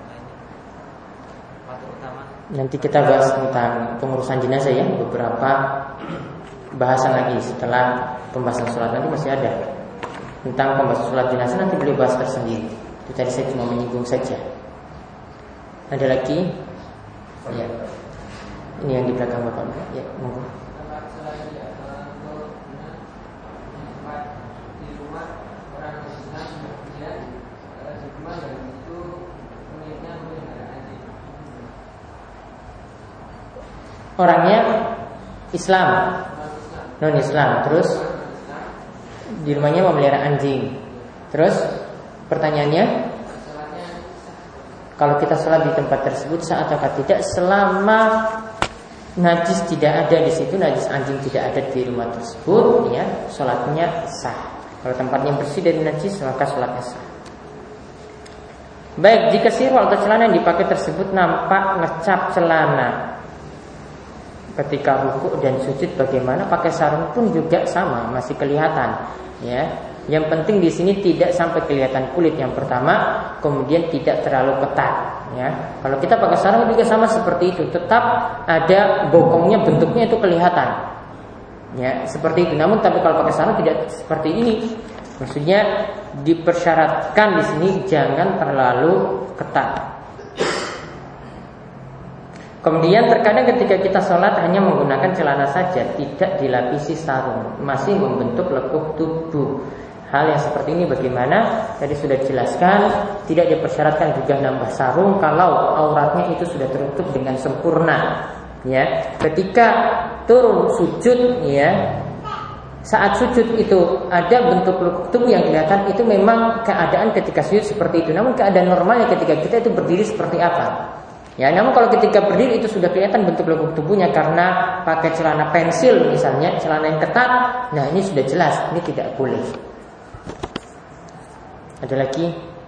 Waktu utama. Nanti kita bahas tentang pengurusan jenazah ya, beberapa bahasan lagi setelah pembahasan sholat. Nanti masih ada tentang pembahasan sholat jenazah, nanti beliau bahas tersendiri. Itu tadi saya cuma menyinggung saja. Ada lagi? Ya. Ini yang di belakang Bapak. Ya, monggo. Orangnya Islam, non Islam, terus di rumahnya memelihara anjing. Terus pertanyaannya, kalau kita sholat di tempat tersebut sah ataukah tidak? Selama najis tidak ada di situ, najis anjing tidak ada di rumah tersebut, ya sholatnya sah. Kalau tempatnya bersih dari najis, maka sholatnya sah. Baik, jika sirwal atau celana yang dipakai tersebut nampak ngecap celana ketika rukuk dan sujud, bagaimana? Pakai sarung pun juga sama, masih kelihatan. Ya, yang penting di sini tidak sampai kelihatan kulit yang pertama, kemudian tidak terlalu ketat. Ya, kalau kita pakai sarung juga sama seperti itu, tetap ada bokongnya, bentuknya itu kelihatan. Ya, seperti itu. Namun tapi kalau pakai sarung tidak seperti ini. Maksudnya dipersyaratkan di sini jangan terlalu ketat. Kemudian terkadang ketika kita sholat hanya menggunakan celana saja, tidak dilapisi sarung, masih membentuk lekuk tubuh. Hal yang seperti ini bagaimana? Tadi sudah dijelaskan, tidak dipersyaratkan juga nambah sarung kalau auratnya itu sudah tertutup dengan sempurna. Ya, ketika turun sujud, ya, saat sujud itu ada bentuk lekuk tubuh yang kelihatan, itu memang keadaan ketika sujud seperti itu. Namun keadaan normalnya ketika kita itu berdiri seperti apa? Ya, namun kalau ketika berdiri itu sudah kelihatan bentuk lekuk tubuhnya karena pakai celana pensil misalnya, celana yang ketat. Nah, ini sudah jelas, ini tidak boleh. Ada lagi?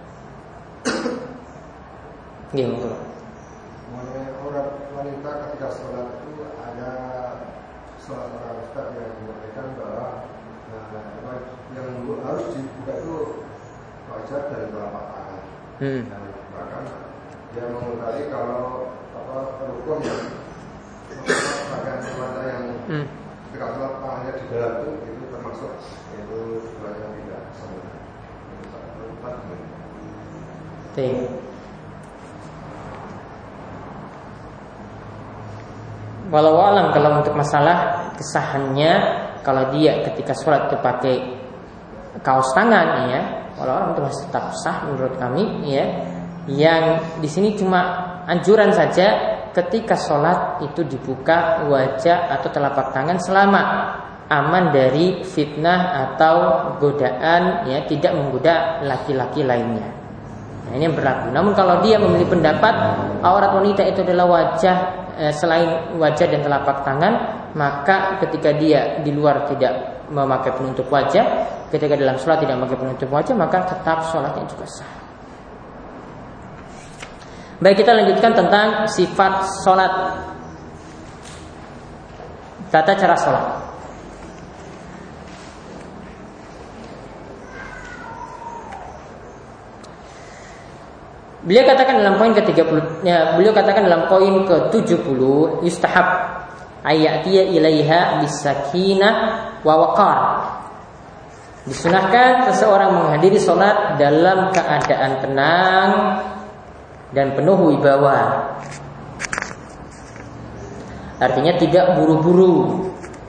Gimana? Mengenai aurat wanita ketika sholat itu ada salah seorang ustaz yang menyampaikan bahwa yang harus dibuka itu wajah dan telapak tangan. Dan bahkan dia mengutari kalau hukum yang pakaian wanita yang ketika sholat tangannya di dalam itu termasuk, yaitu sebenarnya tidak sempurna. Walau alam kalau untuk masalah kesahannya, kalau dia ketika sholat itu pakai kaos tangan, ya, walau alam itu masih tetap sah menurut kami, ya. Yang di sini cuma anjuran saja ketika sholat itu dibuka wajah atau telapak tangan selama aman dari fitnah atau godaan, ya, tidak menggoda laki-laki lainnya. Nah, ini yang berlaku. Namun kalau dia memilih pendapat aurat wanita itu adalah wajah, selain wajah dan telapak tangan, maka ketika dia di luar tidak memakai penutup wajah, ketika dalam sholat tidak memakai penutup wajah, maka tetap sholatnya juga sah. Baik, kita lanjutkan tentang sifat sholat, tata cara sholat. Beliau katakan dalam poin ke-30, ya, beliau katakan dalam poin ke-70, yustahab ayatiya ilaiha bisakinah wa waqar. Disunahkan seseorang menghadiri sholat dalam keadaan tenang dan penuh wibawa. Artinya tidak buru-buru.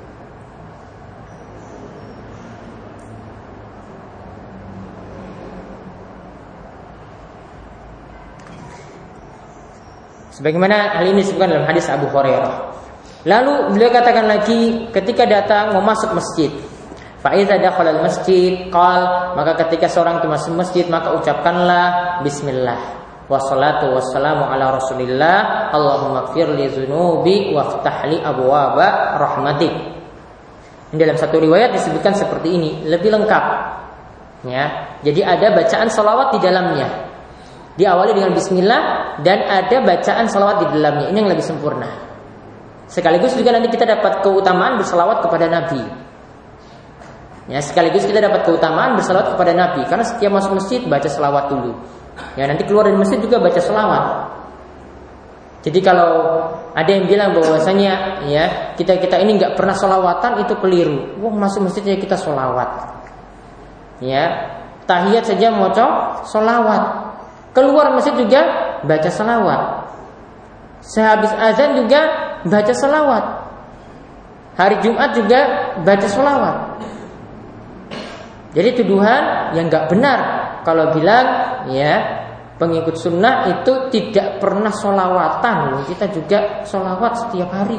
Sebagaimana hal ini disebutkan dalam hadis Abu Hurairah. Lalu beliau katakan lagi, ketika datang mau masuk masjid, fa'idza dakhala al-masjid qal, maka ketika seorang itu masuk masjid maka ucapkanlah bismillah wassalatu wassalamu ala rasulillah Allahumma ighfir li dzunubi waftah li abwaaba rahmatik. Dalam satu riwayat disebutkan seperti ini, lebih lengkap ya. Jadi ada bacaan salawat di dalamnya, diawali dengan bismillah dan ada bacaan salawat di dalamnya. Ini yang lebih sempurna. Sekaligus juga nanti kita dapat keutamaan bersalawat kepada Nabi. Ya, sekaligus kita dapat keutamaan bersalawat kepada Nabi, karena setiap masuk masjid baca salawat dulu. Ya, nanti keluar dari masjid juga baca salawat. Jadi kalau ada yang bilang bahwasanya ya kita ini nggak pernah salawatan, itu keliru. Wah, masuk masjid ya kita salawat. Ya, tahiyat saja maca salawat. Keluar masjid juga baca salawat. Sehabis azan juga baca salawat. Hari Jumat juga baca salawat. Jadi tuduhan yang nggak benar kalau bilang ya pengikut sunnah itu tidak pernah sholawatan. Kita juga sholawat setiap hari.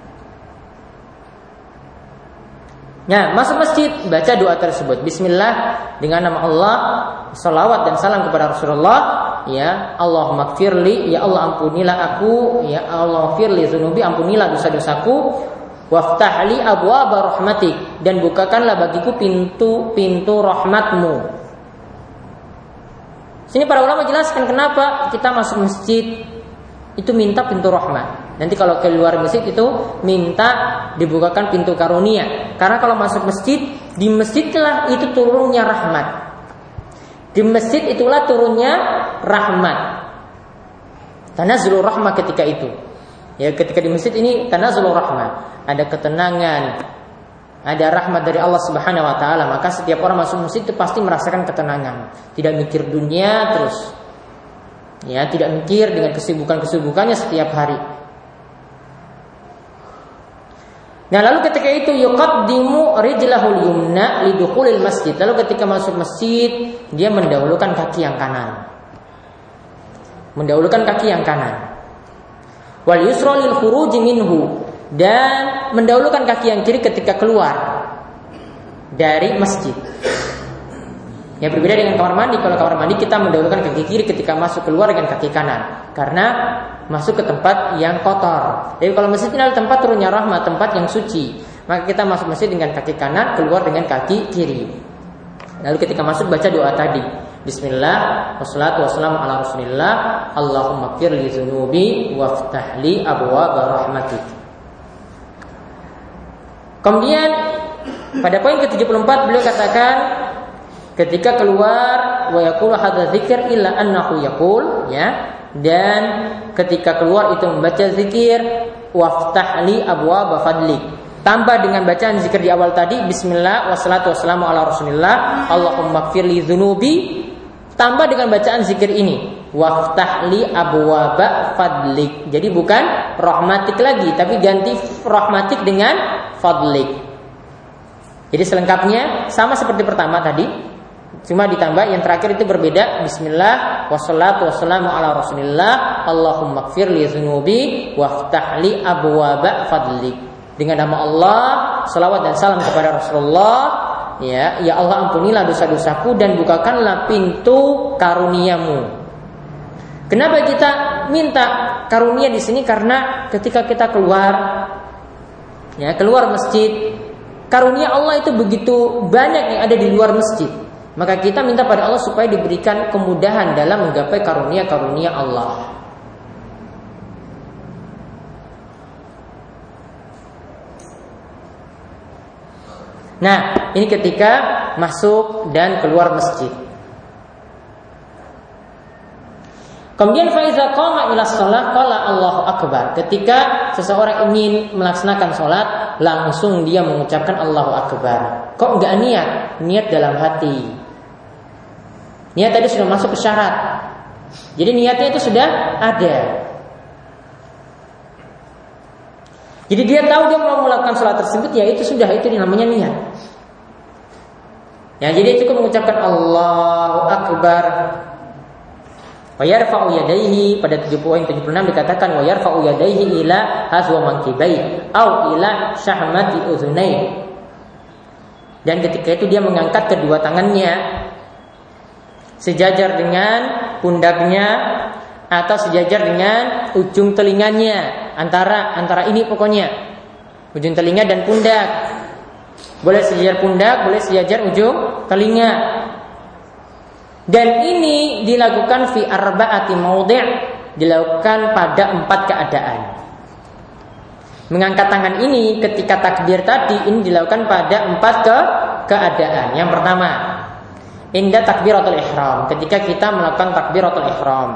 Nah, masuk masjid baca doa tersebut, bismillah dengan nama Allah, sholawat dan salam kepada Rasulullah. Ya Allahumma ighfirli, ya Allah ampunilah aku, ya Allah ighfirli dzunubi, ampunilah dosa-dosaku. Waftahli abwaaba rahmatik, dan bukakanlah bagiku pintu-pintu rahmatmu. Sini para ulama jelaskan kenapa kita masuk masjid itu minta pintu rahmat. Nanti kalau keluar masjid itu minta dibukakan pintu karunia. Karena kalau masuk masjid, di masjidlah itu turunnya rahmat. Di masjid itulah turunnya rahmat. Tanazzulur rahmah ketika itu. Ya, ketika di masjid ini tanazzulur rahmah, ada ketenangan, ada rahmat dari Allah Subhanahu wa taala. Maka setiap orang masuk masjid itu pasti merasakan ketenangan, tidak mikir dunia terus. Ya, tidak mikir dengan kesibukan-kesibukannya setiap hari. Nah, lalu ketika itu yuqaddimu rijlahul yumna lidukhulil masjid. Lalu ketika masuk masjid, dia mendahulukan kaki yang kanan. Mendahulukan kaki yang kanan. Wal yusra lil khuruj minhu, dan mendahulukan kaki yang kiri ketika keluar dari masjid. Ya, berbeda dengan kamar mandi. Kalau kamar mandi kita mendahulukan kaki kiri ketika masuk, keluar dengan kaki kanan, karena masuk ke tempat yang kotor. Jadi kalau masjid adalah tempat turunnya rahmat, tempat yang suci, maka kita masuk masjid dengan kaki kanan, keluar dengan kaki kiri. Lalu ketika masuk baca doa tadi, bismillah wassalatu wassalamu ala rasulillah Allahumma ighfir li dzunubi waftah li abwaaba rahmatik. Kemudian pada poin ke-74 beliau katakan, ketika keluar wa yaqulu hadza dzikr illa annahu yaqul, ya, dan ketika keluar itu membaca zikir waftah li abwaaba fadlik. Tambah dengan bacaan zikir di awal tadi, bismillah wassalatu wassalamu ala rasulillah Allahumma ighfir li dzunubi. Tambah dengan bacaan zikir ini, waftah li abwaaba fadlik. Jadi bukan rahmatik lagi, tapi ganti rahmatik dengan fadlik. Jadi selengkapnya sama seperti pertama tadi, cuma ditambah yang terakhir itu berbeda. Bismillah wassalatu wassalamu ala rasulillah Allahumma ighfir li dzunubi waftah li abwaaba fadlik. Dengan nama Allah, salawat dan salam kepada Rasulullah. Ya Allah ampunilah dosa-dosaku dan bukakanlah pintu karuniamu. Kenapa kita minta karunia di sini? Karena ketika kita keluar masjid, karunia Allah itu begitu banyak yang ada di luar masjid. Maka kita minta pada Allah supaya diberikan kemudahan dalam menggapai karunia-karunia Allah. Nah, ini ketika masuk dan keluar masjid. Kemudian faiza qama ila shalah qala Allahu akbar. Ketika seseorang ingin melaksanakan sholat, langsung dia mengucapkan Allahu akbar. Kok enggak niat? niat dalam hati. Niat tadi sudah masuk ke syarat. Jadi niatnya itu sudah ada. Jadi dia tahu dia mau melakukan sholat tersebut, ya itu sudah, itu namanya niat. Ya, jadi cukup mengucapkan Allahu Akbar. Wa yarfa'u yadayhi, pada 76 dikatakan wa yarfa'u yadayhi ila hazwa mankibai au ila syahmati uzunai. Dan ketika itu dia mengangkat kedua tangannya sejajar dengan pundaknya atau sejajar dengan ujung telinganya, antara ini pokoknya, ujung telinga dan pundak. Boleh sejajar pundak, boleh sejajar ujung telinga. Dan ini dilakukan fi arba'ati maudhi', dilakukan pada 4 keadaan. Mengangkat tangan ini ketika takbir tadi ini dilakukan pada 4 keadaan. Yang pertama, inda takbiratul ihram, ketika kita melakukan takbiratul ihram.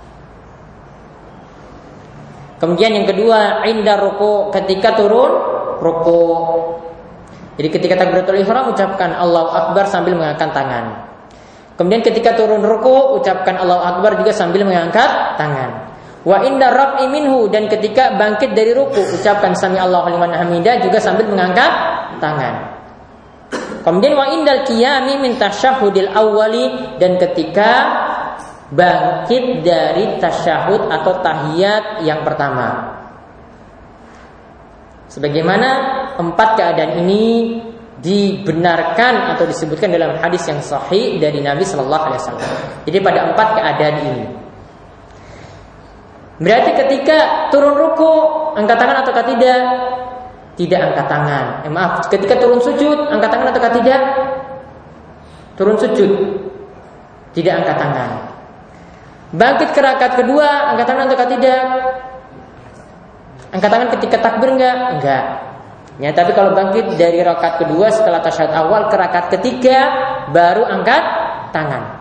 Kemudian yang kedua, inda ruku, ketika turun ruku. Jadi ketika takbiratul ihram ucapkan Allahu Akbar sambil mengangkat tangan. Kemudian ketika turun ruku ucapkan Allahu Akbar juga sambil mengangkat tangan. Wa inda raf'i minhu, dan ketika bangkit dari ruku ucapkan sami Allahu liman hamidah juga sambil mengangkat tangan. Kemudian wa indal qiyami min tasyahhudil awwali, dan ketika bangkit dari tasyahud atau tahiyat yang pertama. Sebagaimana 4 keadaan ini dibenarkan atau disebutkan dalam hadis yang sahih dari Nabi Sallallahu Alaihi Wasallam. Jadi pada 4 keadaan ini. Berarti ketika turun ruku angkat tangan ataukah tidak? Tidak angkat tangan. Maaf, ketika turun sujud angkat tangan ataukah tidak? Turun sujud, tidak angkat tangan. Bangkit ke rakaat kedua angkat tangan ataukah tidak? Angkat tangan ketika takbir enggak. Ya, tapi kalau bangkit dari rakaat kedua setelah tasyahud awal ke rakaat ketiga baru angkat tangan.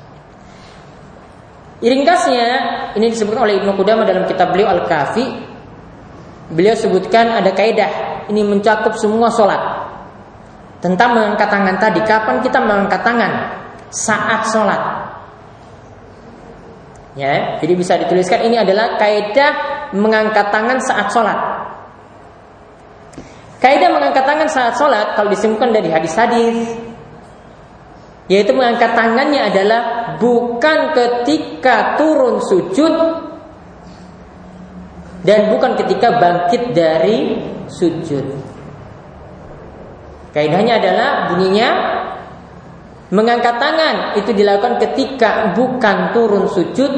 Ringkasnya ini disebutkan oleh Ibnu Qudamah dalam kitab beliau Al-Kafi. Beliau sebutkan ada kaidah, ini mencakup semua sholat. Tentang mengangkat tangan tadi, kapan kita mengangkat tangan? Saat sholat. Ya, jadi bisa dituliskan ini adalah kaidah mengangkat tangan saat sholat. Kaidah mengangkat tangan saat sholat kalau disimpulkan dari hadis-hadis, yaitu mengangkat tangannya adalah bukan ketika turun sujud dan bukan ketika bangkit dari sujud. Kaidahnya adalah bunyinya mengangkat tangan itu dilakukan ketika bukan turun sujud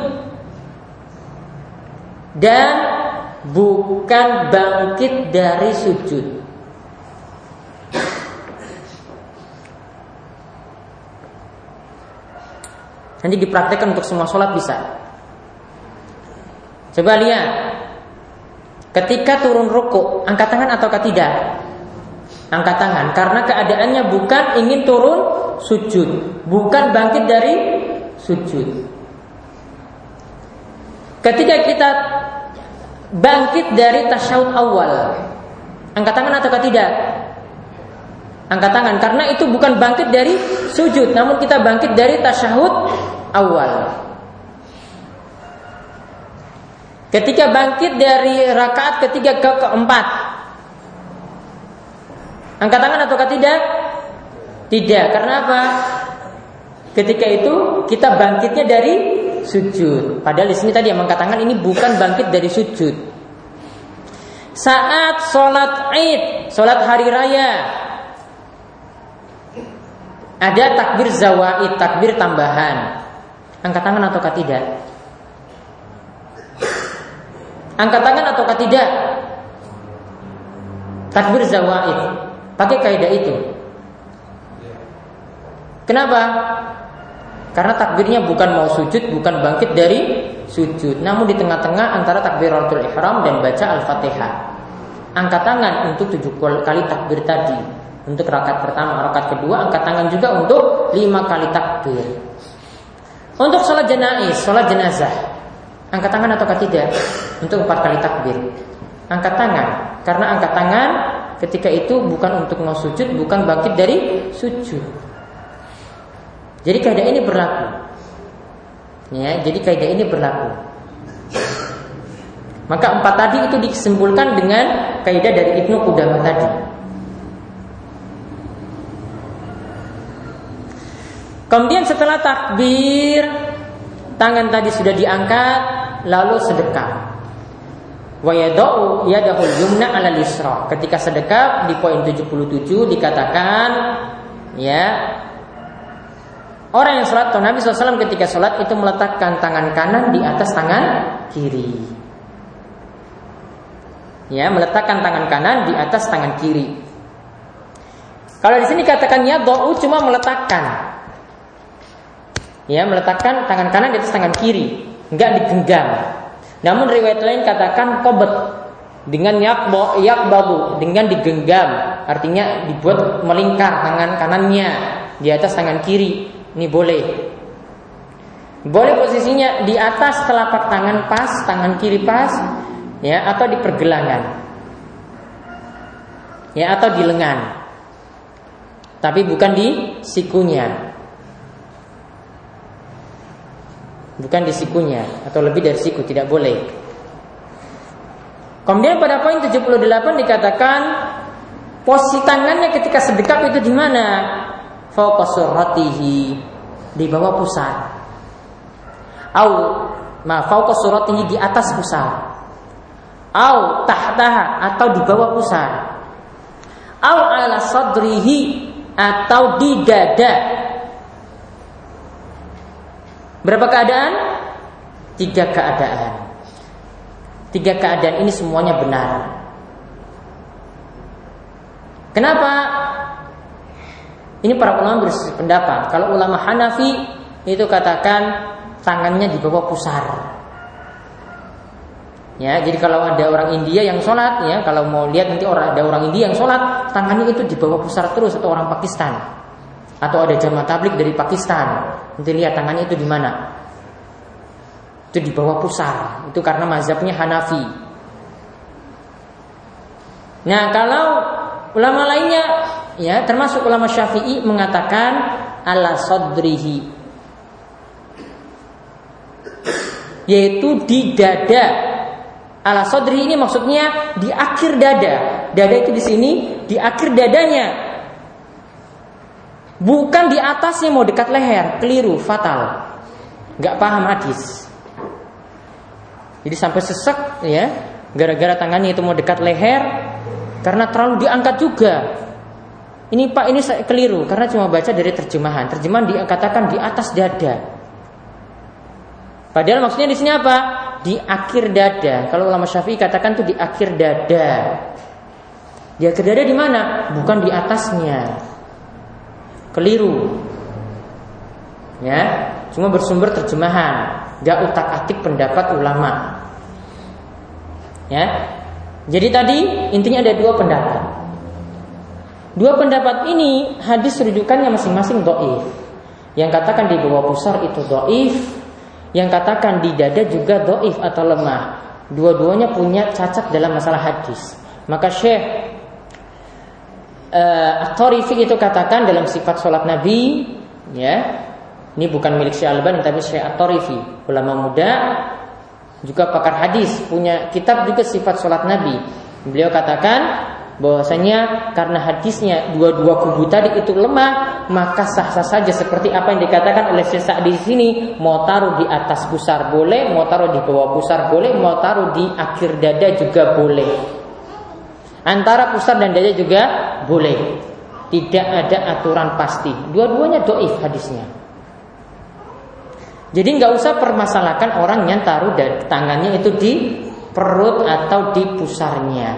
dan bukan bangkit dari sujud. Nanti dipraktekkan untuk semua sholat bisa. Coba lihat, ketika turun ruku angkat tangan ataukah tidak? Angkat tangan, karena keadaannya bukan ingin turun sujud, bukan bangkit dari sujud. Ketika kita bangkit dari tasyahud awal, angkat tangan ataukah tidak? Angkat tangan, karena itu bukan bangkit dari sujud, namun kita bangkit dari tasyahud awal. Ketika bangkit dari rakaat ketiga ke keempat, angkat tangan ataukah tidak? Tidak, karena apa? Ketika itu kita bangkitnya dari sujud. Padahal di sini tadi yang angkat tangan ini bukan bangkit dari sujud. Saat sholat Id, sholat hari raya, ada takbir zawaid, takbir tambahan. Angkat tangan ataukah tidak? Angkat tangan ataukah tidak? Takbir zawaid, pakai kaidah itu. Kenapa? Karena takbirnya bukan mau sujud, bukan bangkit dari sujud, namun di tengah-tengah antara takbiratul ihram dan baca Al-Fatihah. Angkat tangan untuk 7 kali takbir tadi. Untuk rakaat pertama, rakaat kedua angkat tangan juga untuk 5 kali takbir. Untuk sholat jenazah, angkat tangan ataukah tidak? Untuk 4 kali takbir. Angkat tangan, karena angkat tangan ketika itu bukan untuk mau sujud, bukan bangkit dari sujud. Jadi kaidah ini berlaku. Ya, jadi kaidah ini berlaku. Maka 4 tadi itu disimpulkan dengan kaidah dari Ibnu Qudamah tadi. Kemudian setelah takbir, tangan tadi sudah diangkat, lalu sedekah. Wa yada'u yadahul yumna 'alal yusra. Ketika sedekah di poin 77 dikatakan, ya, orang yang sholat atau Nabi SAW ketika sholat itu meletakkan tangan kanan di atas tangan kiri. Ya, meletakkan tangan kanan di atas tangan kiri. Kalau di sini katakan yada'u cuma meletakkan. Ya, meletakkan tangan kanan di atas tangan kiri, enggak digenggam. Namun riwayat lain katakan qabd dengan yakbabu, dengan digenggam, artinya dibuat melingkar tangan kanannya di atas tangan kiri. Ini boleh. Boleh posisinya di atas telapak tangan pas, tangan kiri pas, ya, atau di pergelangan, ya, atau di lengan. Tapi bukan di sikunya. Bukan di sikunya atau lebih dari siku, tidak boleh. Kemudian pada poin 78 dikatakan posisi tangannya ketika sedekap itu di mana? Fawqa surratihi, di bawah pusar. Fawqa surratihi, di atas pusar. Au tahtaha, atau di bawah pusar. Au ala sadrihi, atau di dada. Berapa keadaan? 3 keadaan. 3 keadaan ini semuanya benar. Kenapa? Ini para ulama berpendapat. Kalau ulama Hanafi itu katakan tangannya di bawah pusar. Ya, jadi kalau ada orang India yang sholat, ya, kalau mau lihat nanti ada orang India yang sholat, tangannya itu di bawah pusar terus, atau orang Pakistan, atau ada jamaah tabligh dari Pakistan, nanti lihat tangannya itu di mana? Itu di bawah pusar. Itu karena mazhabnya Hanafi. Nah, kalau ulama lainnya, ya, termasuk ulama Syafi'i mengatakan ala sadrihi, yaitu di dada. Ala sadri ini maksudnya di akhir dada. Dada itu di sini, di akhir dadanya. Bukan di atasnya, mau dekat leher. Keliru, fatal. Gak paham hadis. Jadi sampai sesek, ya, gara-gara tangannya itu mau dekat leher, karena terlalu diangkat juga. Ini Pak, ini saya keliru, karena cuma baca dari terjemahan. Terjemahan dikatakan di atas dada. Padahal maksudnya di sini apa? Di akhir dada. Kalau ulama Syafi'i katakan itu di akhir dada. Di akhir dada di mana? Bukan di atasnya. Keliru. Ya, cuma bersumber terjemahan, gak utak-atik pendapat ulama. Ya. Jadi tadi intinya ada 2 pendapat. 2 pendapat ini hadis rujukannya masing-masing dhaif. Yang katakan di bawah pusar itu dhaif, yang katakan di dada juga dhaif atau lemah. Dua-duanya punya cacat dalam masalah hadis. Maka Syekh At-Tarifi itu katakan dalam sifat sholat Nabi, ya, ini bukan milik Syekh Al-Albani tapi Syekh At-Tarifi, ulama muda juga pakar hadis, punya kitab juga sifat sholat Nabi. Beliau katakan bahwasanya karena hadisnya dua-dua kubu tadi itu lemah, maka sah-sah saja seperti apa yang dikatakan oleh Syekh Sa'di di sini, mau taruh di atas pusar boleh, mau taruh di bawah pusar boleh, mau taruh di akhir dada juga boleh. Antara pusar dan dada juga boleh. Tidak ada aturan pasti. Dua-duanya dhaif hadisnya. Jadi nggak usah permasalahkan orang yang taruh tangannya itu di perut atau di pusarnya.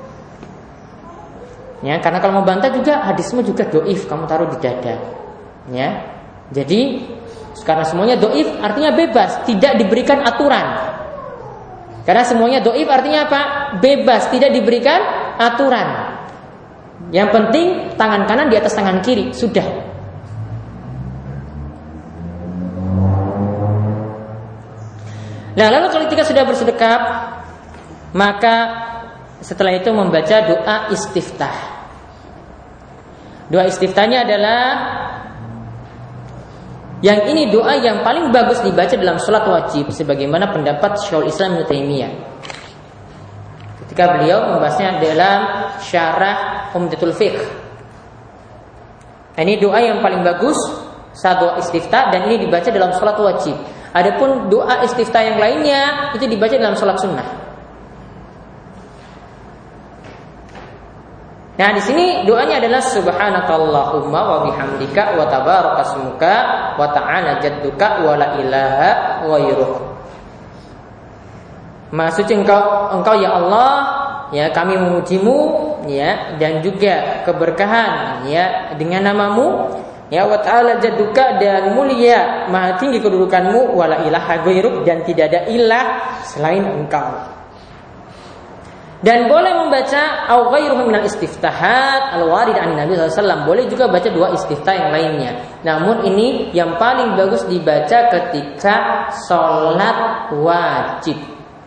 Ya, karena kalau mau bantah juga hadismu juga dhaif, kamu taruh di dada. Ya. Jadi karena semuanya dhaif artinya bebas, tidak diberikan aturan. Karena semuanya dhaif artinya apa? Bebas, tidak diberikan aturan. Yang penting tangan kanan di atas tangan kiri, sudah. Nah, lalu kalau ketika sudah bersedekap, maka setelah itu membaca doa istiftah. Doa istiftahnya adalah Yang ini doa yang paling bagus dibaca dalam sholat wajib, sebagaimana pendapat Syekhul Islam Ibnu Taimiyah ketika beliau membahasnya dalam syarah Umdatul Fiqh. Ini doa yang paling bagus saat doa istiftah, dan ini dibaca dalam sholat wajib. Adapun doa istiftah yang lainnya itu dibaca dalam sholat sunnah. Nah, di sini doanya adalah subhanakallahumma wa bihamdika wa tabarakasmuka wa ta'ala jadduka wa la ilaha ghairuk. Maha suci engkau ya Allah, ya kami memujimu, ya, dan juga keberkahan, ya, dengan namamu, ya, wa ta'ala jadduka, dan mulia maha tinggi kedudukanmu, wa la ilaha ghairuk, dan tidak ada ilah selain engkau. Dan boleh membaca au ghairuhu minal istiftahat al-warid an Nabi SAW. Boleh juga baca dua istiftah yang lainnya. Namun ini yang paling bagus dibaca ketika sholat wajib.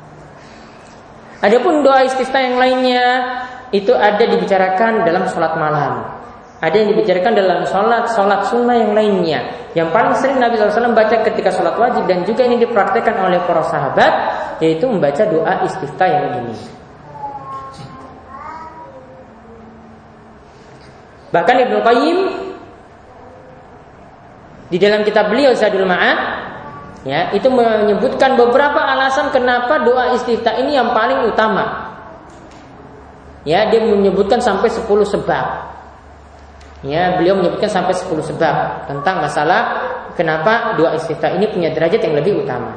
Adapun doa istiftah yang lainnya itu ada dibicarakan dalam sholat malam. Ada yang dibicarakan dalam sholat sunnah yang lainnya. Yang paling sering Nabi SAW baca ketika sholat wajib, dan juga ini dipraktekkan oleh para sahabat, yaitu membaca doa istiftah yang ini. Bahkan Ibnu Qayyim di dalam kitab beliau Zadul Ma'ad, ya, itu menyebutkan beberapa alasan kenapa doa istiftah ini yang paling utama. Ya, dia menyebutkan sampai 10 sebab. Ya, beliau menyebutkan sampai 10 sebab tentang masalah kenapa doa istiftah ini punya derajat yang lebih utama.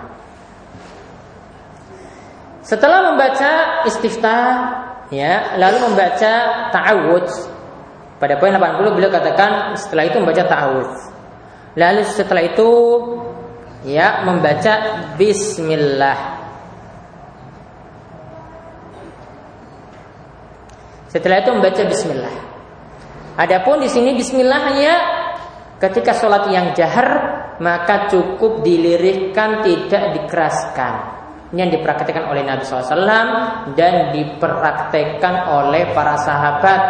Setelah membaca istiftah, ya, lalu membaca ta'awudz. Pada poin 80 beliau katakan setelah itu membaca ta'awudz. Lalu setelah itu, ya, membaca bismillah. Setelah itu membaca bismillah. Adapun di sini bismillah hanya ketika sholat yang jahar, maka cukup dilirihkan, tidak dikeraskan. Ini yang dipraktikkan oleh Nabi SAW dan dipraktikkan oleh para sahabat.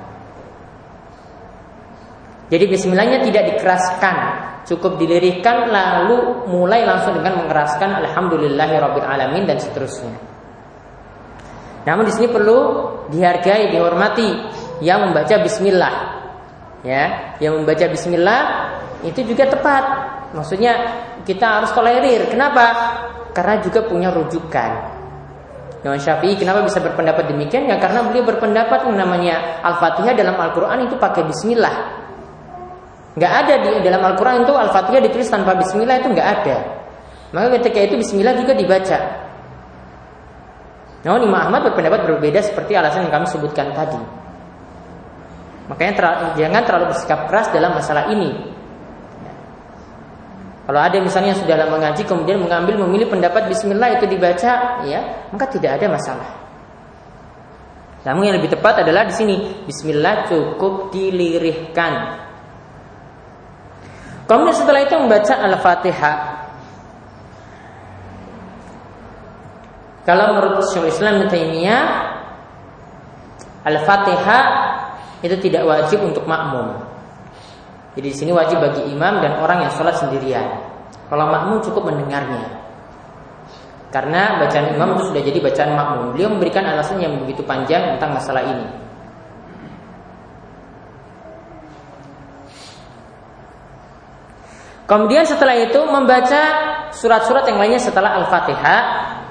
Jadi bismillahnya tidak dikeraskan, cukup dilirihkan, lalu mulai langsung dengan mengeraskan alhamdulillahirabbil alamin dan seterusnya. Namun di sini perlu dihargai, dihormati yang membaca bismillah. Ya, yang membaca bismillah itu juga tepat. Maksudnya kita harus tolerir. Kenapa? Karena juga punya rujukan. Imam Syafi'i kenapa bisa berpendapat demikian? Ya karena beliau berpendapat yang namanya Al-Fatihah dalam Al-Qur'an itu pakai bismillah. Nggak ada di dalam Al-Quran itu Al-Fatihah ditulis tanpa bismillah, itu nggak ada. Maka ketika itu bismillah juga dibaca. Namun Imam Ahmad berpendapat berbeda seperti alasan yang kami sebutkan tadi. Makanya jangan terlalu bersikap keras dalam masalah ini. Kalau ada misalnya yang sudah lama ngaji kemudian memilih pendapat bismillah itu dibaca, ya, maka tidak ada masalah. Namun yang lebih tepat adalah di sini bismillah cukup dilirihkan. Kemudian setelah itu membaca Al-Fatihah. Kalau menurut Syekhul Islam Ibnu Taimiyah, Al-Fatihah itu tidak wajib untuk makmum. Jadi di sini wajib bagi imam dan orang yang sholat sendirian. Kalau makmum cukup mendengarnya. Karena bacaan imam itu sudah jadi bacaan makmum. Beliau memberikan alasan yang begitu panjang tentang masalah ini. Kemudian setelah itu membaca surat-surat yang lainnya setelah Al-Fatihah,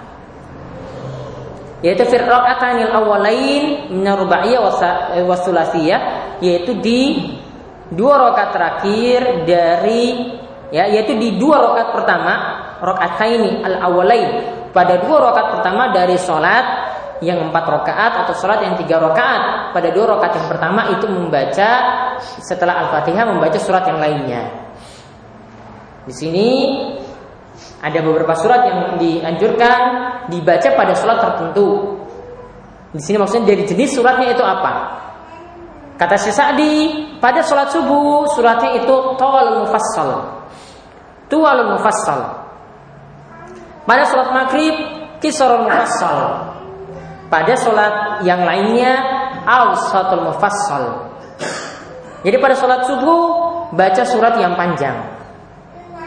yaitu fi raka'atanil awwalain min ar-rubaiyah wa thulatsiyah, yaitu di 2 rakaat terakhir dari, ya, yaitu di 2 rakaat pertama, raka'ataini al-awwalain, pada 2 rakaat pertama dari salat yang 4 rakaat atau salat yang 3 rakaat. Pada 2 rakaat yang pertama itu membaca setelah Al-Fatihah membaca surat yang lainnya. Di sini ada beberapa surat yang dianjurkan dibaca pada sholat tertentu. Di sini maksudnya dari jenis suratnya itu apa? Kata Syekh Sa'di, pada sholat subuh suratnya itu Tuwalul Mufassal. Pada sholat maghrib Qisarul Mufassal. Pada sholat yang lainnya Awsatul Mufassal. Jadi pada sholat subuh baca surat yang panjang.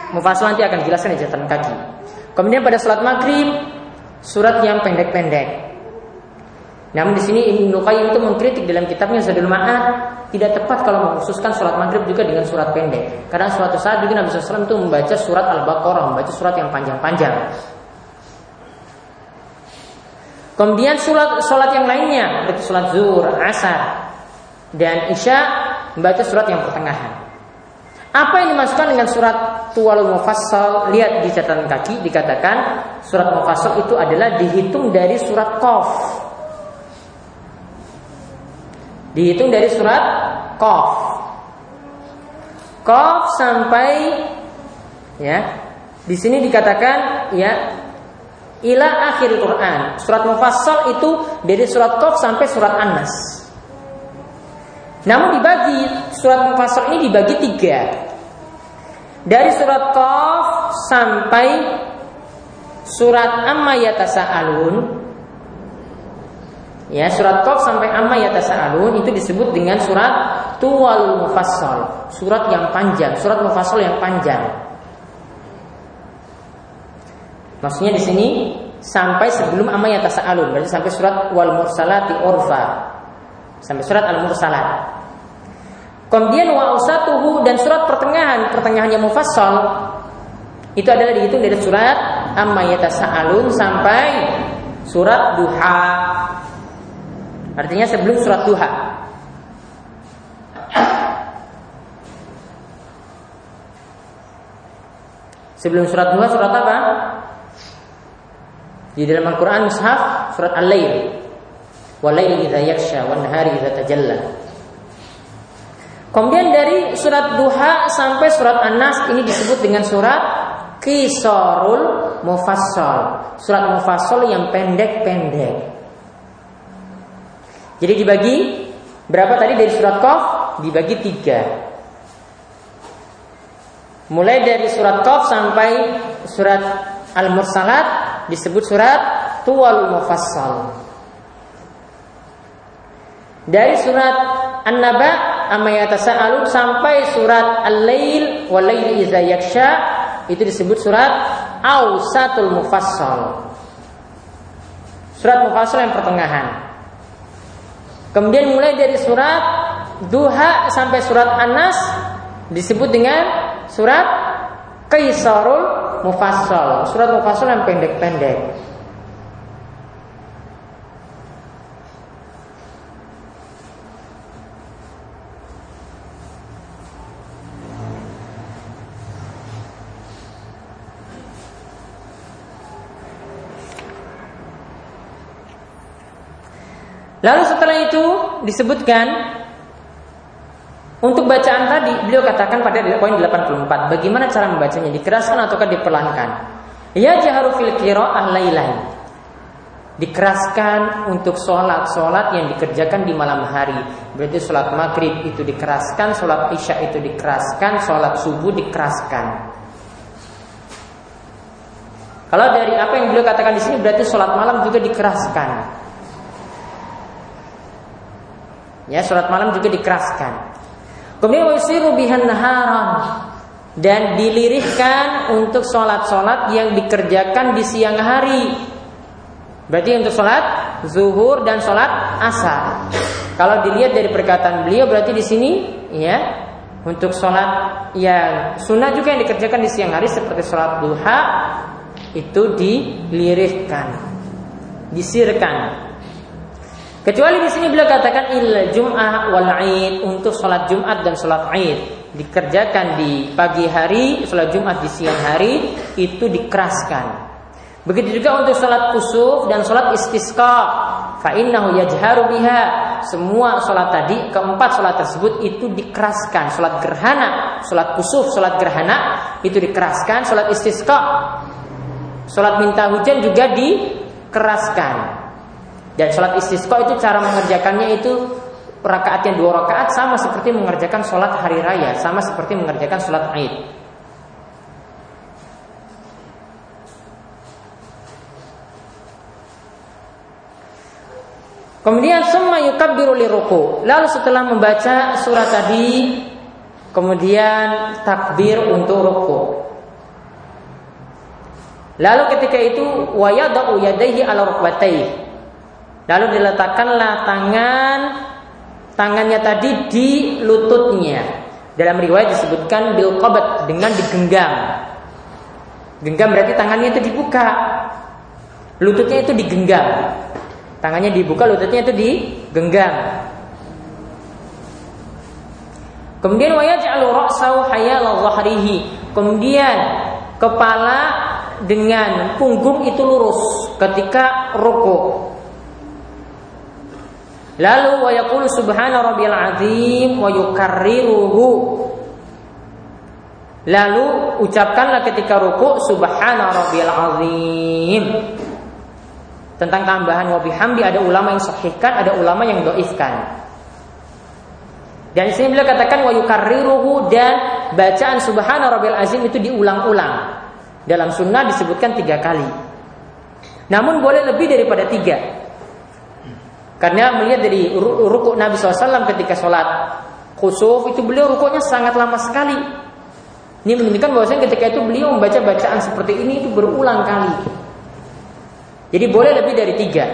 Mufassal nanti akan dijelaskan di catatan kaki. Kemudian pada salat maghrib surat yang pendek-pendek. Namun di sini Ibnu Qayyim itu mengkritik dalam kitabnya Zadul Ma'ad, tidak tepat kalau mengkhususkan surat maghrib juga dengan surat pendek. Karena suatu saat juga Nabi SAW itu membaca surat Al-Baqarah, membaca surat yang panjang-panjang. Kemudian sholat yang lainnya, seperti sholat zuhur, asar, dan isya, membaca surat yang pertengahan. Apa yang dimasukkan dengan surat Tuwalul Mufassal? Lihat di catatan kaki, dikatakan surat Mufassal itu adalah dihitung dari surat Qaf. Dihitung dari surat Qaf. Qaf sampai, ya, di sini dikatakan, ya, ila akhir Quran. Surat Mufassal itu dari surat Qaf sampai surat An-Nas. Namun surat Mufassal ini dibagi 3. Dari surat Qaf sampai surat Amma Yatasa'alun. Ya, surat Qaf sampai Amma Yatasa'alun itu disebut dengan surat Tuwal Mufassal, surat yang panjang, surat Mufassal yang panjang. Maksudnya di sini sampai sebelum Amma Yatasa'alun, berarti sampai surat Wal Mursalati Urfa, sampai surat Al Mursalat. Kemudian wa ausatuhu, dan surat pertengahannya Mufassal itu adalah dihitung dari surat Amma Yatasa'alun sampai surat Duha. Artinya sebelum surat Duha. Sebelum surat Duha surat apa? Di dalam Al-Quran Mushaf surat Al-Lail. Wal-laili idza yaghsha wan nahari idza tajalla. Kemudian dari surat Duha sampai surat An-Nas ini disebut dengan surat Qisarul Mufassal, surat Mufassal yang pendek-pendek. Jadi dibagi berapa tadi dari surat Qaf? Dibagi 3. Mulai dari surat Qaf sampai surat Al-Mursalat disebut surat Tuwal Mufassal. Dari surat An-Naba Amma Yatasa'alun sampai surat Al-Lail Wal-laili idza yaghsha itu disebut surat Ausatul Mufassal, surat Mufassal yang pertengahan. Kemudian mulai dari surat Duha sampai surat An-Nas disebut dengan surat Qisarul Mufassal, surat Mufassal yang pendek-pendek. Lalu setelah itu disebutkan untuk bacaan tadi, beliau katakan pada poin 84, bagaimana cara membacanya, dikeraskan ataukah dipelankan? Ya jaharu fil qiraa'ah lailan. Dikeraskan untuk sholat yang dikerjakan di malam hari. Berarti sholat maghrib itu dikeraskan, sholat isya itu dikeraskan, sholat subuh dikeraskan. Kalau dari apa yang beliau katakan di sini berarti sholat malam juga dikeraskan. Ya, sholat malam juga dikeraskan. Kemudian wasiru bihan naharan, dan dilirihkan untuk sholat-sholat yang dikerjakan di siang hari. Berarti untuk sholat zuhur dan sholat asar. Kalau dilihat dari perkataan beliau berarti di sini, ya, untuk sholat yang sunnah juga yang dikerjakan di siang hari seperti sholat duha itu dilirihkan, disirkan. Kecuali di sini beliau katakan il Jum'ah wal Aid, untuk sholat Jumat dan sholat Aid dikerjakan di pagi hari, sholat Jumat di siang hari itu dikeraskan. Begitu juga untuk sholat kusuf dan sholat istisqa, fa innahu yajharu biha. Semua sholat tadi, keempat sholat tersebut itu dikeraskan. Sholat gerhana, sholat kusuf, sholat gerhana itu dikeraskan. Sholat istisqa, sholat minta hujan juga dikeraskan. Dan sholat istisqa itu cara mengerjakannya itu rakaat yang 2 rakaat, sama seperti mengerjakan sholat hari raya, sama seperti mengerjakan sholat Aid. Kemudian summa yukabbiru liruku. Lalu setelah membaca surat tadi, kemudian takbir untuk ruku. Lalu ketika itu wa yada'u yadayhi 'ala rukbatayhi. Lalu diletakkanlah tangannya tadi di lututnya. Dalam riwayat disebutkan bil qabd, dengan digenggam. Genggam berarti tangannya itu dibuka. Lututnya itu digenggam. Tangannya dibuka, lututnya itu digenggam. Kemudian wa yaj'alu ra'sahu hayala dhahrihi. Kemudian kepala dengan punggung itu lurus ketika ruku'. Lalu wa yaqulu subhana rabbiyal azim wa yukarriruhu. Lalu ucapkanlah ketika ruku' subhana rabbiyal azim. Tentang tambahan wa bihamdi ada ulama yang sahihkan, ada ulama yang dhaifkan. Dan di sini beliau katakan wa yukarriruhu, dan bacaan subhana rabbiyal azim itu diulang-ulang. Dalam sunnah disebutkan 3 kali. Namun boleh lebih daripada 3. Karena melihat dari rukuk Nabi SAW ketika sholat khusuf itu beliau rukuknya sangat lama sekali. Ini menunjukkan bahwasanya ketika itu beliau membaca bacaan seperti ini itu berulang kali. Jadi boleh lebih dari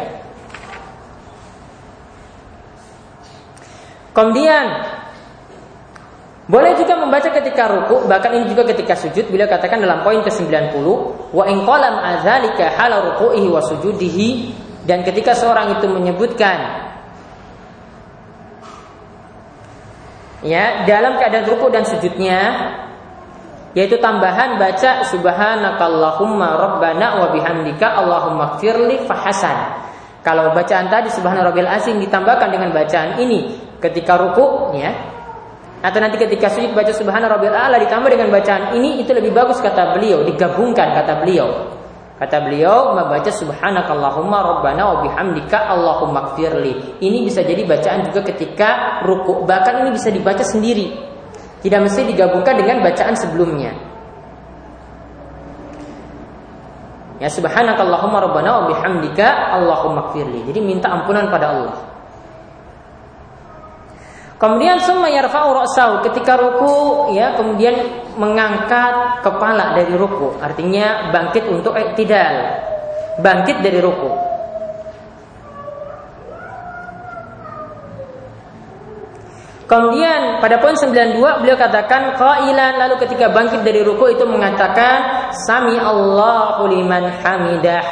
3. Kemudian boleh juga membaca ketika rukuk, bahkan ini juga ketika sujud. Beliau katakan dalam poin ke-90, wa in qala ma'adzalika hala ruku'ihi wa sujudihi. Dan ketika seorang itu menyebutkan ya dalam keadaan rukuk dan sujudnya, yaitu tambahan baca subhanakallahumma rabbana wa bihamdika allahumma ighfirli fahasan. Kalau bacaan tadi subhana rabbil azim ditambahkan dengan bacaan ini ketika rukuk ya, atau nanti ketika sujud baca subhana rabbil a'la ditambah dengan bacaan ini, itu lebih bagus kata beliau, digabungkan kata beliau. Kata beliau membaca subhanakallahumma rabbana wa bihamdika allahumma ighfirli. Ini bisa jadi bacaan juga ketika rukuk, bahkan ini bisa dibaca sendiri. Tidak mesti digabungkan dengan bacaan sebelumnya. Ya subhanakallahumma rabbana wa bihamdika allahumma ighfirli. Jadi minta ampunan pada Allah. Kemudian summa yarfa'u ra'sahu, ketika ruku ya, kemudian mengangkat kepala dari ruku, artinya bangkit untuk i'tidal, bangkit dari ruku. Kemudian pada poin 92 beliau katakan qailan, lalu ketika bangkit dari ruku itu mengatakan sami Allahu liman hamidah.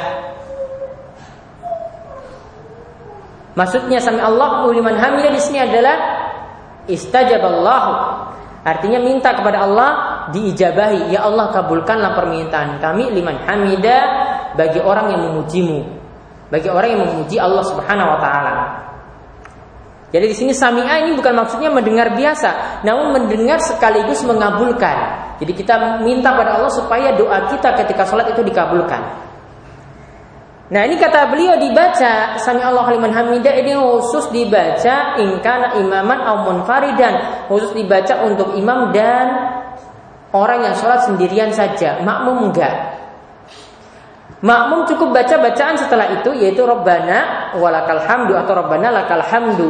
Maksudnya sami Allahu liman hamidah di sini adalah istajaballahu, artinya minta kepada Allah diijabahi. Ya Allah, kabulkanlah permintaan kami liman hamida, bagi orang yang memujimu, bagi orang yang memuji Allah Subhanahu wa taala. Jadi di sini sami'a ini bukan maksudnya mendengar biasa, namun mendengar sekaligus mengabulkan. Jadi kita minta pada Allah supaya doa kita ketika sholat itu dikabulkan. Nah ini kata beliau dibaca sami Allahu liman hamidah, ini khusus dibaca in kana imaman aw munfaridan, khusus dibaca untuk imam dan orang yang sholat sendirian saja, makmum enggak. Makmum cukup baca bacaan setelah itu, yaitu Rabbana walakal hamdu atau Rabbana lakal hamdu.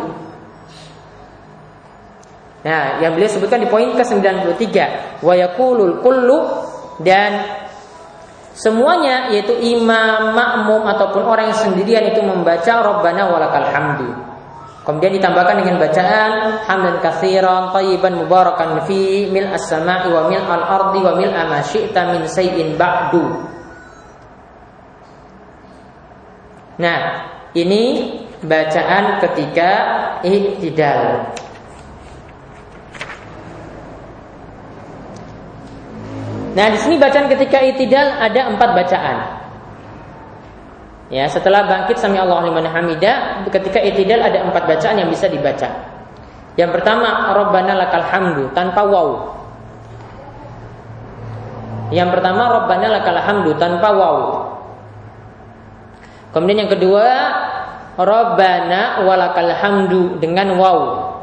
Nah yang beliau sebutkan di poin ke-93, wa yaqulul kullu, dan semuanya yaitu imam, makmum ataupun orang yang sendirian itu membaca Rabbana walakal hamdu. Kemudian ditambahkan dengan bacaan hamdan katsiran thayyiban mubarakan fi mil as-sama'i wa mil al-ardi wa mil ma syi'ta min sayyin ba'du. Nah, ini bacaan ketika i'tidal. Nah, di sini bacaan ketika i'tidal ada 4 bacaan. Ya, setelah bangkit sami Allahu liman hamidah, ketika i'tidal ada 4 bacaan yang bisa dibaca. Yang pertama Rabbana lakal hamdu tanpa waw. Yang pertama Rabbana lakal hamdu tanpa waw. Kemudian yang kedua Rabbana walakal hamdu dengan waw.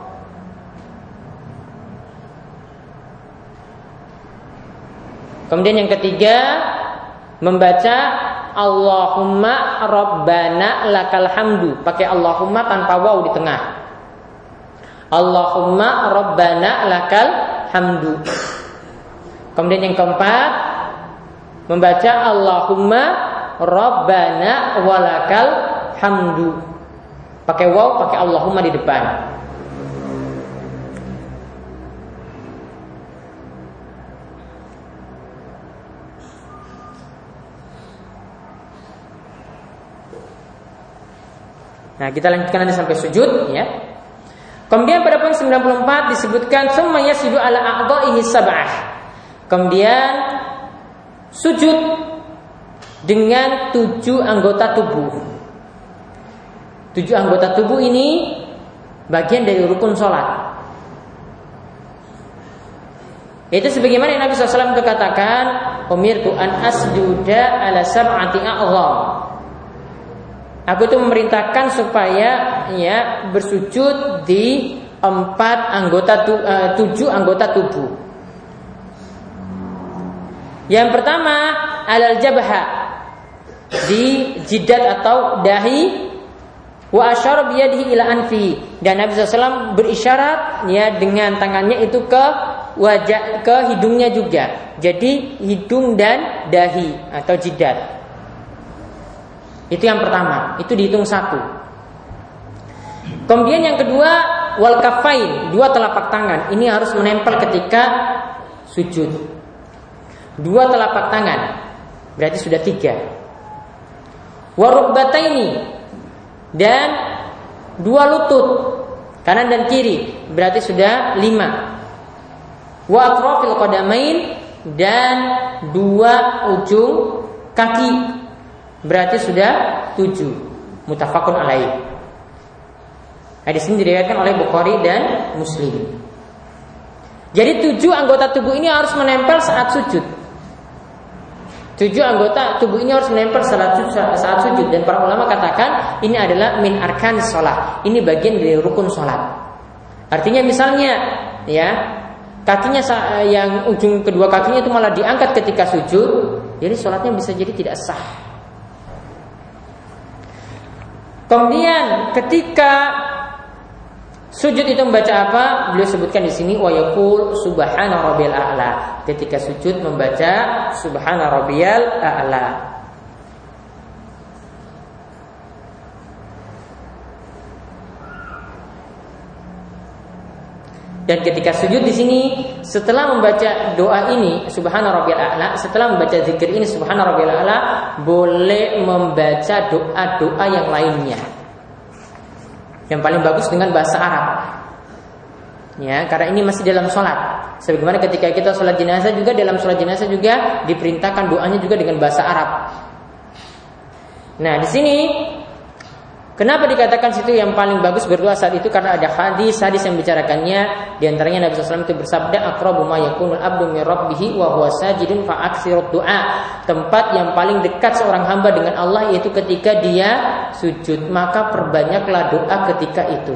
Kemudian yang ketiga membaca Allahumma Rabbana lakal hamdu, pakai Allahumma tanpa waw di tengah. Allahumma Rabbana lakal hamdu. Kemudian yang keempat membaca Allahumma Rabbana walakal hamdu. Pakai waw, pakai Allahumma di depan. Nah, kita lanjutkan nanti sampai sujud ya. Kemudian pada poin 94 disebutkan summa yasjudu ala a'dha'ihi sab'ah. Kemudian sujud dengan 7 anggota tubuh. 7 anggota tubuh ini bagian dari rukun sholat. Itu sebagaimana Nabi SAW katakan, umirtu an asjuda ala sab'ati a'dham. Aku itu memerintahkan supaya ya bersujud di 7 anggota tubuh. Yang pertama alal jabha, di jidat atau dahi, wa asyara biyadihi ila anfi, dan Nabi SAW berisyarat ya dengan tangannya itu ke wajah, ke hidungnya juga. Jadi hidung dan dahi atau jidat. Itu yang pertama, itu dihitung 1. Kemudian yang kedua wal kafain, 2 telapak tangan. Ini harus menempel ketika sujud. 2 telapak tangan, berarti sudah 3. Wa rukbataini, dan 2 lutut, kanan dan kiri, berarti sudah 5. Wa atrafil qadamain, dan 2 ujung kaki, berarti sudah 7. Muttafaqun alaih. Hadis ini diriwayatkan oleh Bukhari dan Muslim. Jadi 7 anggota tubuh ini harus menempel saat sujud. 7 anggota tubuh ini harus menempel saat sujud. Dan para ulama katakan ini adalah min arkanis sholat. Ini bagian dari rukun sholat. Artinya misalnya ya, kakinya yang ujung kedua kakinya itu malah diangkat ketika sujud, jadi sholatnya bisa jadi tidak sah. Kemudian ketika sujud itu membaca apa? Beliau sebutkan di sini wa yaqul subhana rabbiyal a'la. Ketika sujud membaca subhana rabbiyal a'la. Dan ketika sujud di sini setelah membaca doa ini subhana rabbiyal a'la, setelah membaca zikir ini subhana rabbiyal a'la, boleh membaca doa-doa yang lainnya. Yang paling bagus dengan bahasa Arab. Ya, karena ini masih dalam sholat. Sebagaimana ketika kita sholat jenazah juga, dalam sholat jenazah juga diperintahkan doanya juga dengan bahasa Arab. Nah, di sini kenapa dikatakan situ yang paling bagus berdoa saat itu? Karena ada hadis yang membicarakannya. Di antaranya Nabi SAW itu bersabda, aqrabu ma yakunul abdu min rabbih wa huwa sajidun fa aktsirud du'a. Tempat yang paling dekat seorang hamba dengan Allah yaitu ketika dia sujud, maka perbanyaklah doa ketika itu.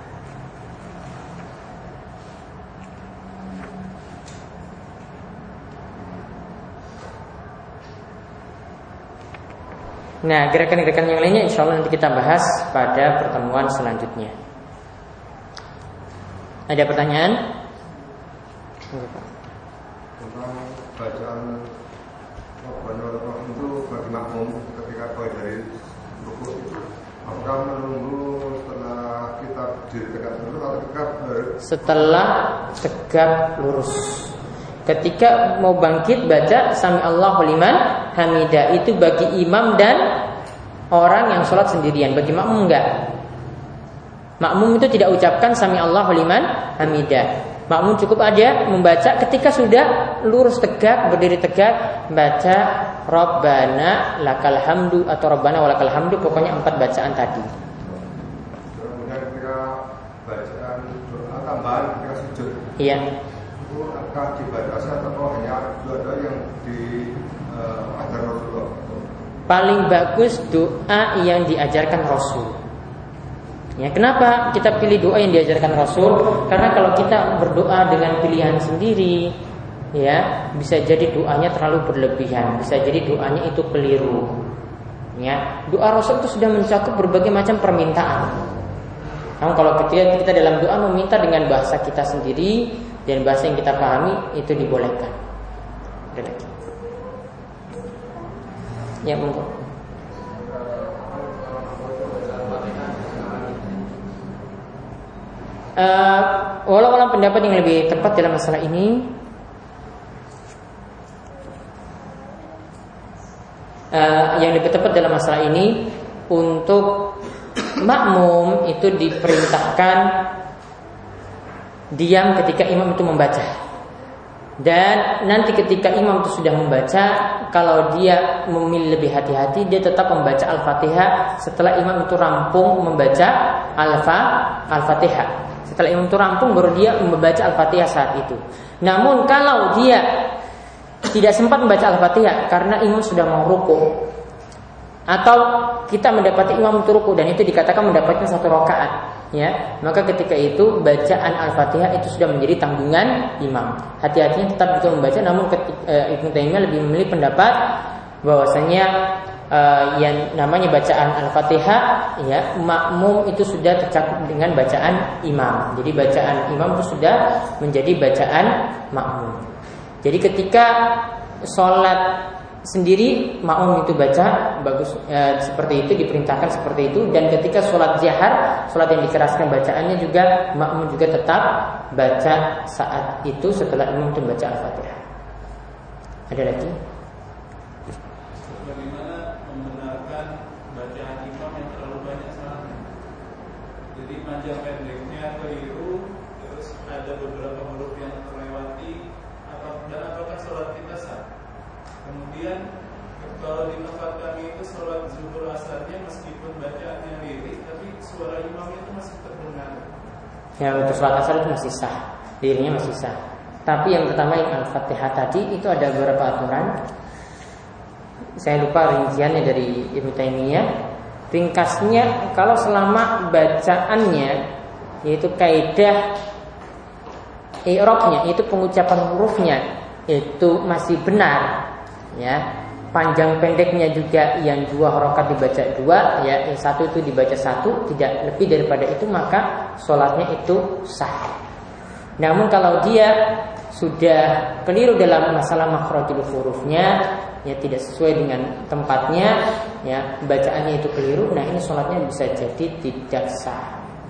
Nah, gerakan-gerakan yang lainnya insya Allah nanti kita bahas pada pertemuan selanjutnya. Ada pertanyaan? Tentang bacaan Rabbana itu bagi makmum ketika keluar dari rukuk itu, apakah menunggu setelah kita diri tegak lurus atau tegak setelah tegak lurus? Ketika mau bangkit baca Sami Allahu liman hamidah, itu bagi imam dan orang yang sholat sendirian. Bagi makmum enggak. Makmum itu tidak ucapkan Sami Allahu liman hamidah. Makmum cukup aja membaca ketika sudah lurus tegak, berdiri tegak, baca Rabbana lakal hamdu atau Rabbana walakal hamdu, pokoknya 4 bacaan tadi. Kemudian ketika bacaan doa tambahan ketika sujud. Iya. Apakah dibatasi atau hanya doa yang diajar Rasulullah? Paling bagus doa yang diajarkan Rasul. Ya, kenapa kita pilih doa yang diajarkan Rasul? Karena kalau kita berdoa dengan pilihan sendiri, ya bisa jadi doanya terlalu berlebihan, bisa jadi doanya itu keliru. Ya, doa Rasul itu sudah mencakup berbagai macam permintaan. Namun kalau kita dalam doa meminta dengan bahasa kita sendiri dan bahasa yang kita pahami, itu dibolehkan. Ada lagi. Ya, monggo. Walau pendapat yang lebih tepat dalam masalah ini, yang lebih tepat dalam masalah ini, untuk makmum itu diperintahkan diam ketika imam itu membaca. Dan nanti ketika imam itu sudah membaca, kalau dia memilih lebih hati-hati, dia tetap membaca Al-Fatihah setelah imam itu rampung membaca Al-Fatihah. Setelah imam itu rampung, baru dia membaca Al-Fatihah saat itu. Namun kalau dia tidak sempat membaca Al-Fatihah karena imam sudah mau ruku, atau kita mendapati imam itu ruku dan itu dikatakan mendapatkan 1 rakaat, ya, maka ketika itu bacaan Al-Fatihah itu sudah menjadi tanggungan imam. Hati-hatinya tetap bisa membaca, namun Ibnu Taimiyah lebih memilih pendapat bahwasanya yang namanya bacaan Al-Fatihah, ya, makmum itu sudah tercakup dengan bacaan imam. Jadi bacaan imam itu sudah menjadi bacaan makmum. Jadi ketika sholat sendiri makmum itu baca bagus, seperti itu, diperintahkan seperti itu. Dan ketika sholat jahar, sholat yang dikeraskan bacaannya juga, makmum juga tetap baca saat itu setelah imam itu baca Al-Fatihah. Ada lagi? Bagaimana membenarkan bacaan imam yang terlalu banyak salahnya? Jadi panjang pendeknya keliru, terus ada beberapa huruf yang terlewati, dan apakah sholat kita sah? Kemudian kalau di tempat kami itu sholat zuhur asarnya meskipun bacaannya lirik, tapi suara imamnya itu masih terdengar. Ya, untuk sholat asar itu masih sah, liriknya masih sah. Tapi yang pertama yang Al-Fatihah tadi itu ada beberapa aturan. Saya lupa rinciannya dari Ibnu Taimiyah. Ringkasnya, kalau selama bacaannya yaitu kaidah i'rabnya, itu pengucapan hurufnya itu masih benar, ya, panjang pendeknya juga yang 2 rakaat dibaca 2, ya, yang 1 itu dibaca 1, tidak lebih daripada itu, maka sholatnya itu sah. Namun kalau dia sudah keliru dalam masalah makhrajul hurufnya, ya, tidak sesuai dengan tempatnya, ya, bacaannya itu keliru, nah ini sholatnya bisa jadi tidak sah.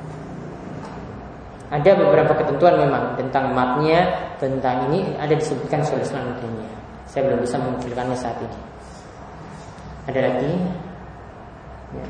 Ada beberapa ketentuan memang tentang matnya, tentang ini ada disebutkan oleh selanjutnya. Saya belum bisa mengumpulkannya saat ini. Ada lagi? Ya.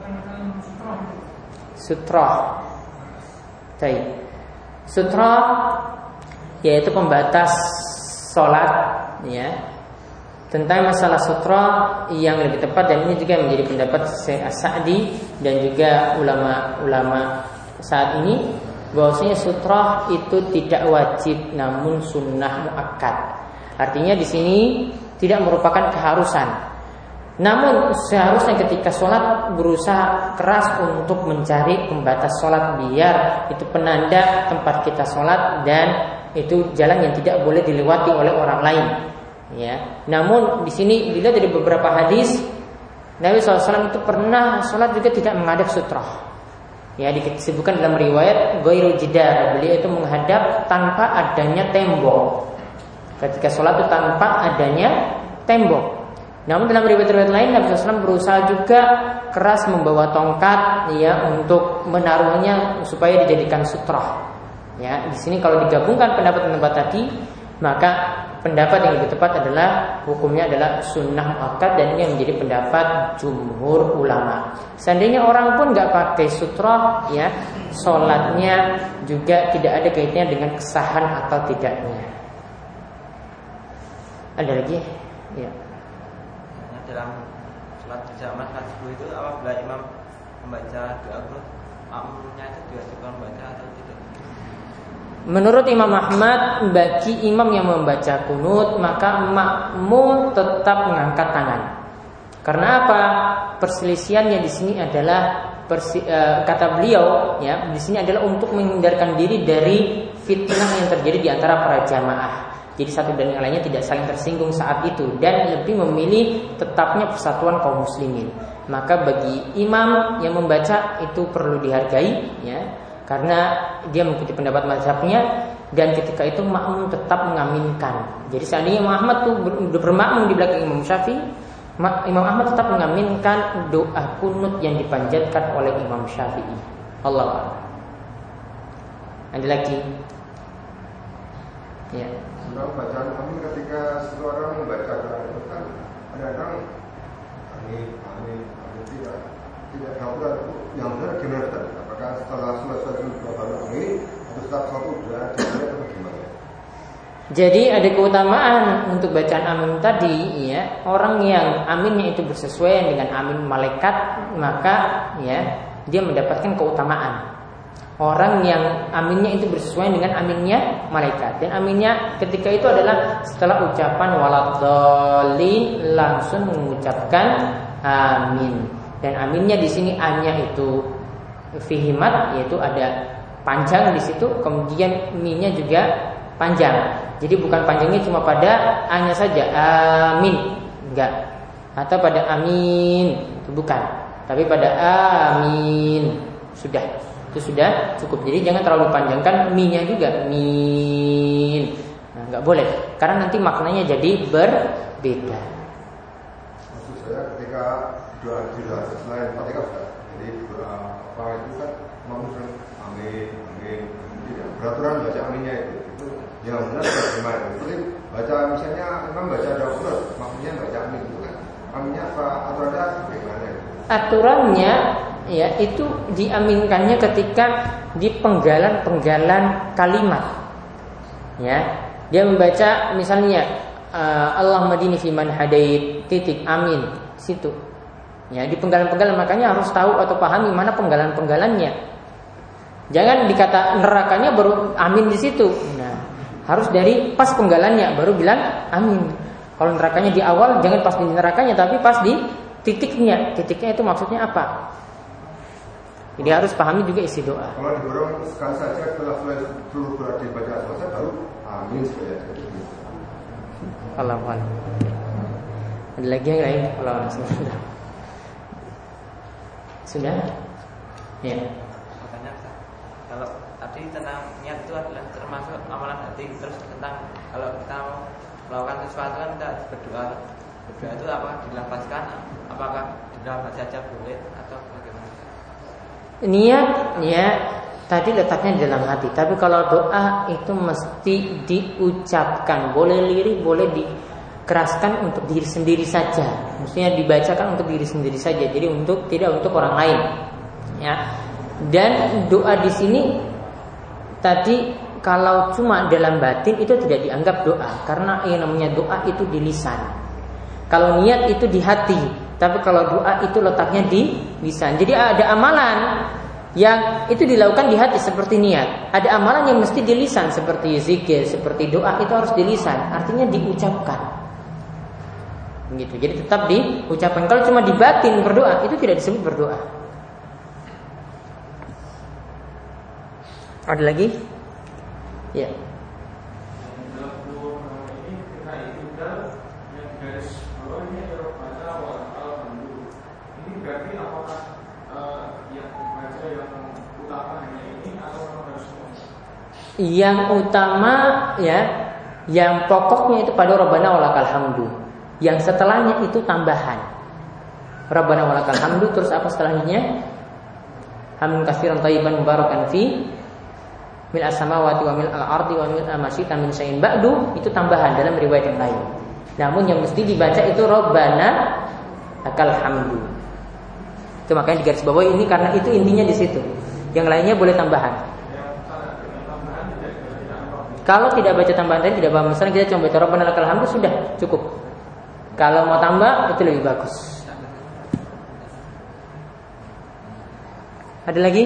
Sutra. Baik. Sutra yaitu pembatas sholat, ya. Tentang masalah sutra yang lebih tepat, dan ini juga menjadi pendapat Syekh As-Sa'di dan juga ulama-ulama saat ini, bahwasanya sutra itu tidak wajib namun sunnah muakkad. Artinya di sini tidak merupakan keharusan. Namun seharusnya ketika sholat berusaha keras untuk mencari pembatas sholat, biar itu penanda tempat kita sholat dan itu jalan yang tidak boleh dilewati oleh orang lain. Ya. Namun di sini dilihat dari beberapa hadis, Nabi SAW itu pernah sholat juga tidak menghadap sutra. Ya, disebutkan dalam riwayat ghairu jidar, beliau itu menghadap tanpa adanya tembok. Ketika sholat itu tanpa adanya tembok. Namun dalam riwayat-riwayat lain Nabi SAW berusaha juga keras membawa tongkat, ya, untuk menaruhnya supaya dijadikan sutra. Ya, di sini kalau digabungkan pendapat-pendapat tadi, maka pendapat yang lebih tepat adalah hukumnya adalah sunnah muakkad, dan ini menjadi pendapat jumhur ulama. Seandainya orang pun nggak pakai sutra, ya, sholatnya juga tidak ada kaitannya dengan kesahan atau tidaknya. Ada lagi? Ya. Dalam sholat berjamaah subuh itu apabila imam membaca doa qunut, makmumnya itu diwajibkan membaca atau tidak? Menurut Imam Ahmad, bagi imam yang membaca qunut maka makmum tetap mengangkat tangan. Karena apa? Perselisihannya di sini adalah kata beliau, ya, di sini adalah untuk menghindarkan diri dari fitnah yang terjadi di antara para jamaah. Jadi satu dan yang lainnya tidak saling tersinggung saat itu, dan lebih memilih tetapnya persatuan kaum muslimin. Maka bagi imam yang membaca itu perlu dihargai, ya, karena dia mengikuti pendapat mazhabnya, dan ketika itu makmum tetap mengaminkan. Jadi seandainya Imam Ahmad tuh bermakmum di belakang Imam Syafi'i, Imam Ahmad tetap mengaminkan doa kunut yang dipanjatkan oleh Imam Syafi'i. Allah. Ada lagi? Ya. Dalam bacaan amin ketika seseorang membaca doa itu kan kadang-kadang amin tidak tahu yang benar gimana tadi? Apakah setelah selesai baru amin atau setelah satu doa atau bagaimana? Jadi ada keutamaan untuk bacaan amin tadi, ya. Orang yang aminnya itu bersesuaian dengan amin malaikat, maka ya dia mendapatkan keutamaan. Orang yang aminnya itu bersesuaian dengan aminnya malaikat, dan aminnya ketika itu adalah setelah ucapan waladhdallin langsung mengucapkan amin. Dan aminnya di sini A-nya itu fihimat, yaitu ada panjang di situ, kemudian mi-nya juga panjang. Jadi bukan panjangnya cuma pada A-nya saja, amin, enggak. Atau pada amin, itu bukan. Tapi pada amin sudah. Itu sudah cukup. Jadi jangan terlalu panjangkan mi-nya juga, min. Nah, enggak boleh karena nanti maknanya jadi berbeda. Maksud saya ketika doa selain Fatihah, jadi doa apa itu kan maksudnya amin, tidak beraturan baca aminnya itu yang benar bagaimana? Jadi baca misalnya imam baca doa maksudnya baca amin itu kan aminnya apa aturannya bagaimana? Aturannya ya itu diaminkannya ketika di penggalan-penggalan kalimat. Ya, dia membaca misalnya Allahumma dini fiman hadait titik amin situ. Ya, di penggalan-penggalan makanya harus tahu atau pahami mana penggalan-penggalannya. Jangan dikata nerakanya baru amin di situ. Nah, harus dari pas penggalannya baru bilang amin. Kalau nerakanya di awal jangan pas di nerakanya tapi pas di titiknya. Titiknya itu maksudnya apa? Jadi harus pahami juga isi doa. Kalau didorong sekali saja setelah seluruh doa dibaca selesai baru amin saja. Allahu Akbar. Ada lagi yang lain? Allah sudah. Sudah? Ya. Makanya kalau tadi tentang niat itu adalah termasuk amalan hati. Terus tentang kalau kita mau melakukan sesuatu kan kita berdoa. Berdoa itu apakah dilafazkan? Apakah dilafaz saja boleh atau bagaimana? Niat ya tadi letaknya di dalam hati. Tapi kalau doa itu mesti diucapkan. Boleh lirik, boleh dikeraskan untuk diri sendiri saja. Maksudnya dibacakan untuk diri sendiri saja. Jadi tidak untuk orang lain. Ya. Dan doa di sini tadi kalau cuma dalam batin itu tidak dianggap doa, karena yang namanya doa itu di lisan. Kalau niat itu di hati. Tapi kalau doa itu letaknya di lisan. Jadi ada amalan yang itu dilakukan di hati seperti niat. Ada amalan yang mesti di lisan seperti zikir, seperti doa itu harus di lisan. Artinya diucapkan. Begitu. Jadi tetap diucapkan. Kalau cuma di batin berdoa itu tidak disebut berdoa. Ada lagi? Ya. Yang utama ya, yang pokoknya itu pada Rabbana walakal hamdu. Yang setelahnya itu tambahan. Rabbana walakal hamdu, terus apa setelahnya? Hamdun katsiran thayyiban mubarakan fi mil as-samawati wa mil al-ardi wa mil ma syi'ta min syai'in ba'du, itu tambahan dalam riwayat yang lain. Namun yang mesti dibaca itu Rabbana lakal hamdu. Itu makanya digarisbawahi ini karena itu intinya di situ. Yang lainnya boleh tambahan. Kalau tidak baca tambahan tadi tidak paham. Misalnya kita cuma baca Rabbana lakal hamdu sudah cukup. Kalau mau tambah itu lebih bagus. Ada lagi?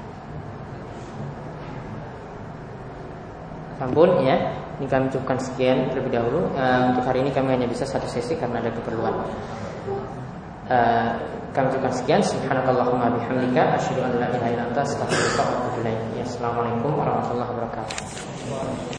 Sampun ya. Ini kami cukupkan sekian terlebih dahulu. Untuk hari ini kami hanya bisa satu sesi karena ada keperluan. Kami cukupkan sekian. Subhanakallahumma bihamdika asyhadu an la ilaha illa anta astaghfiruka wa atubu ilaik. Assalamualaikum warahmatullahi wabarakatuh.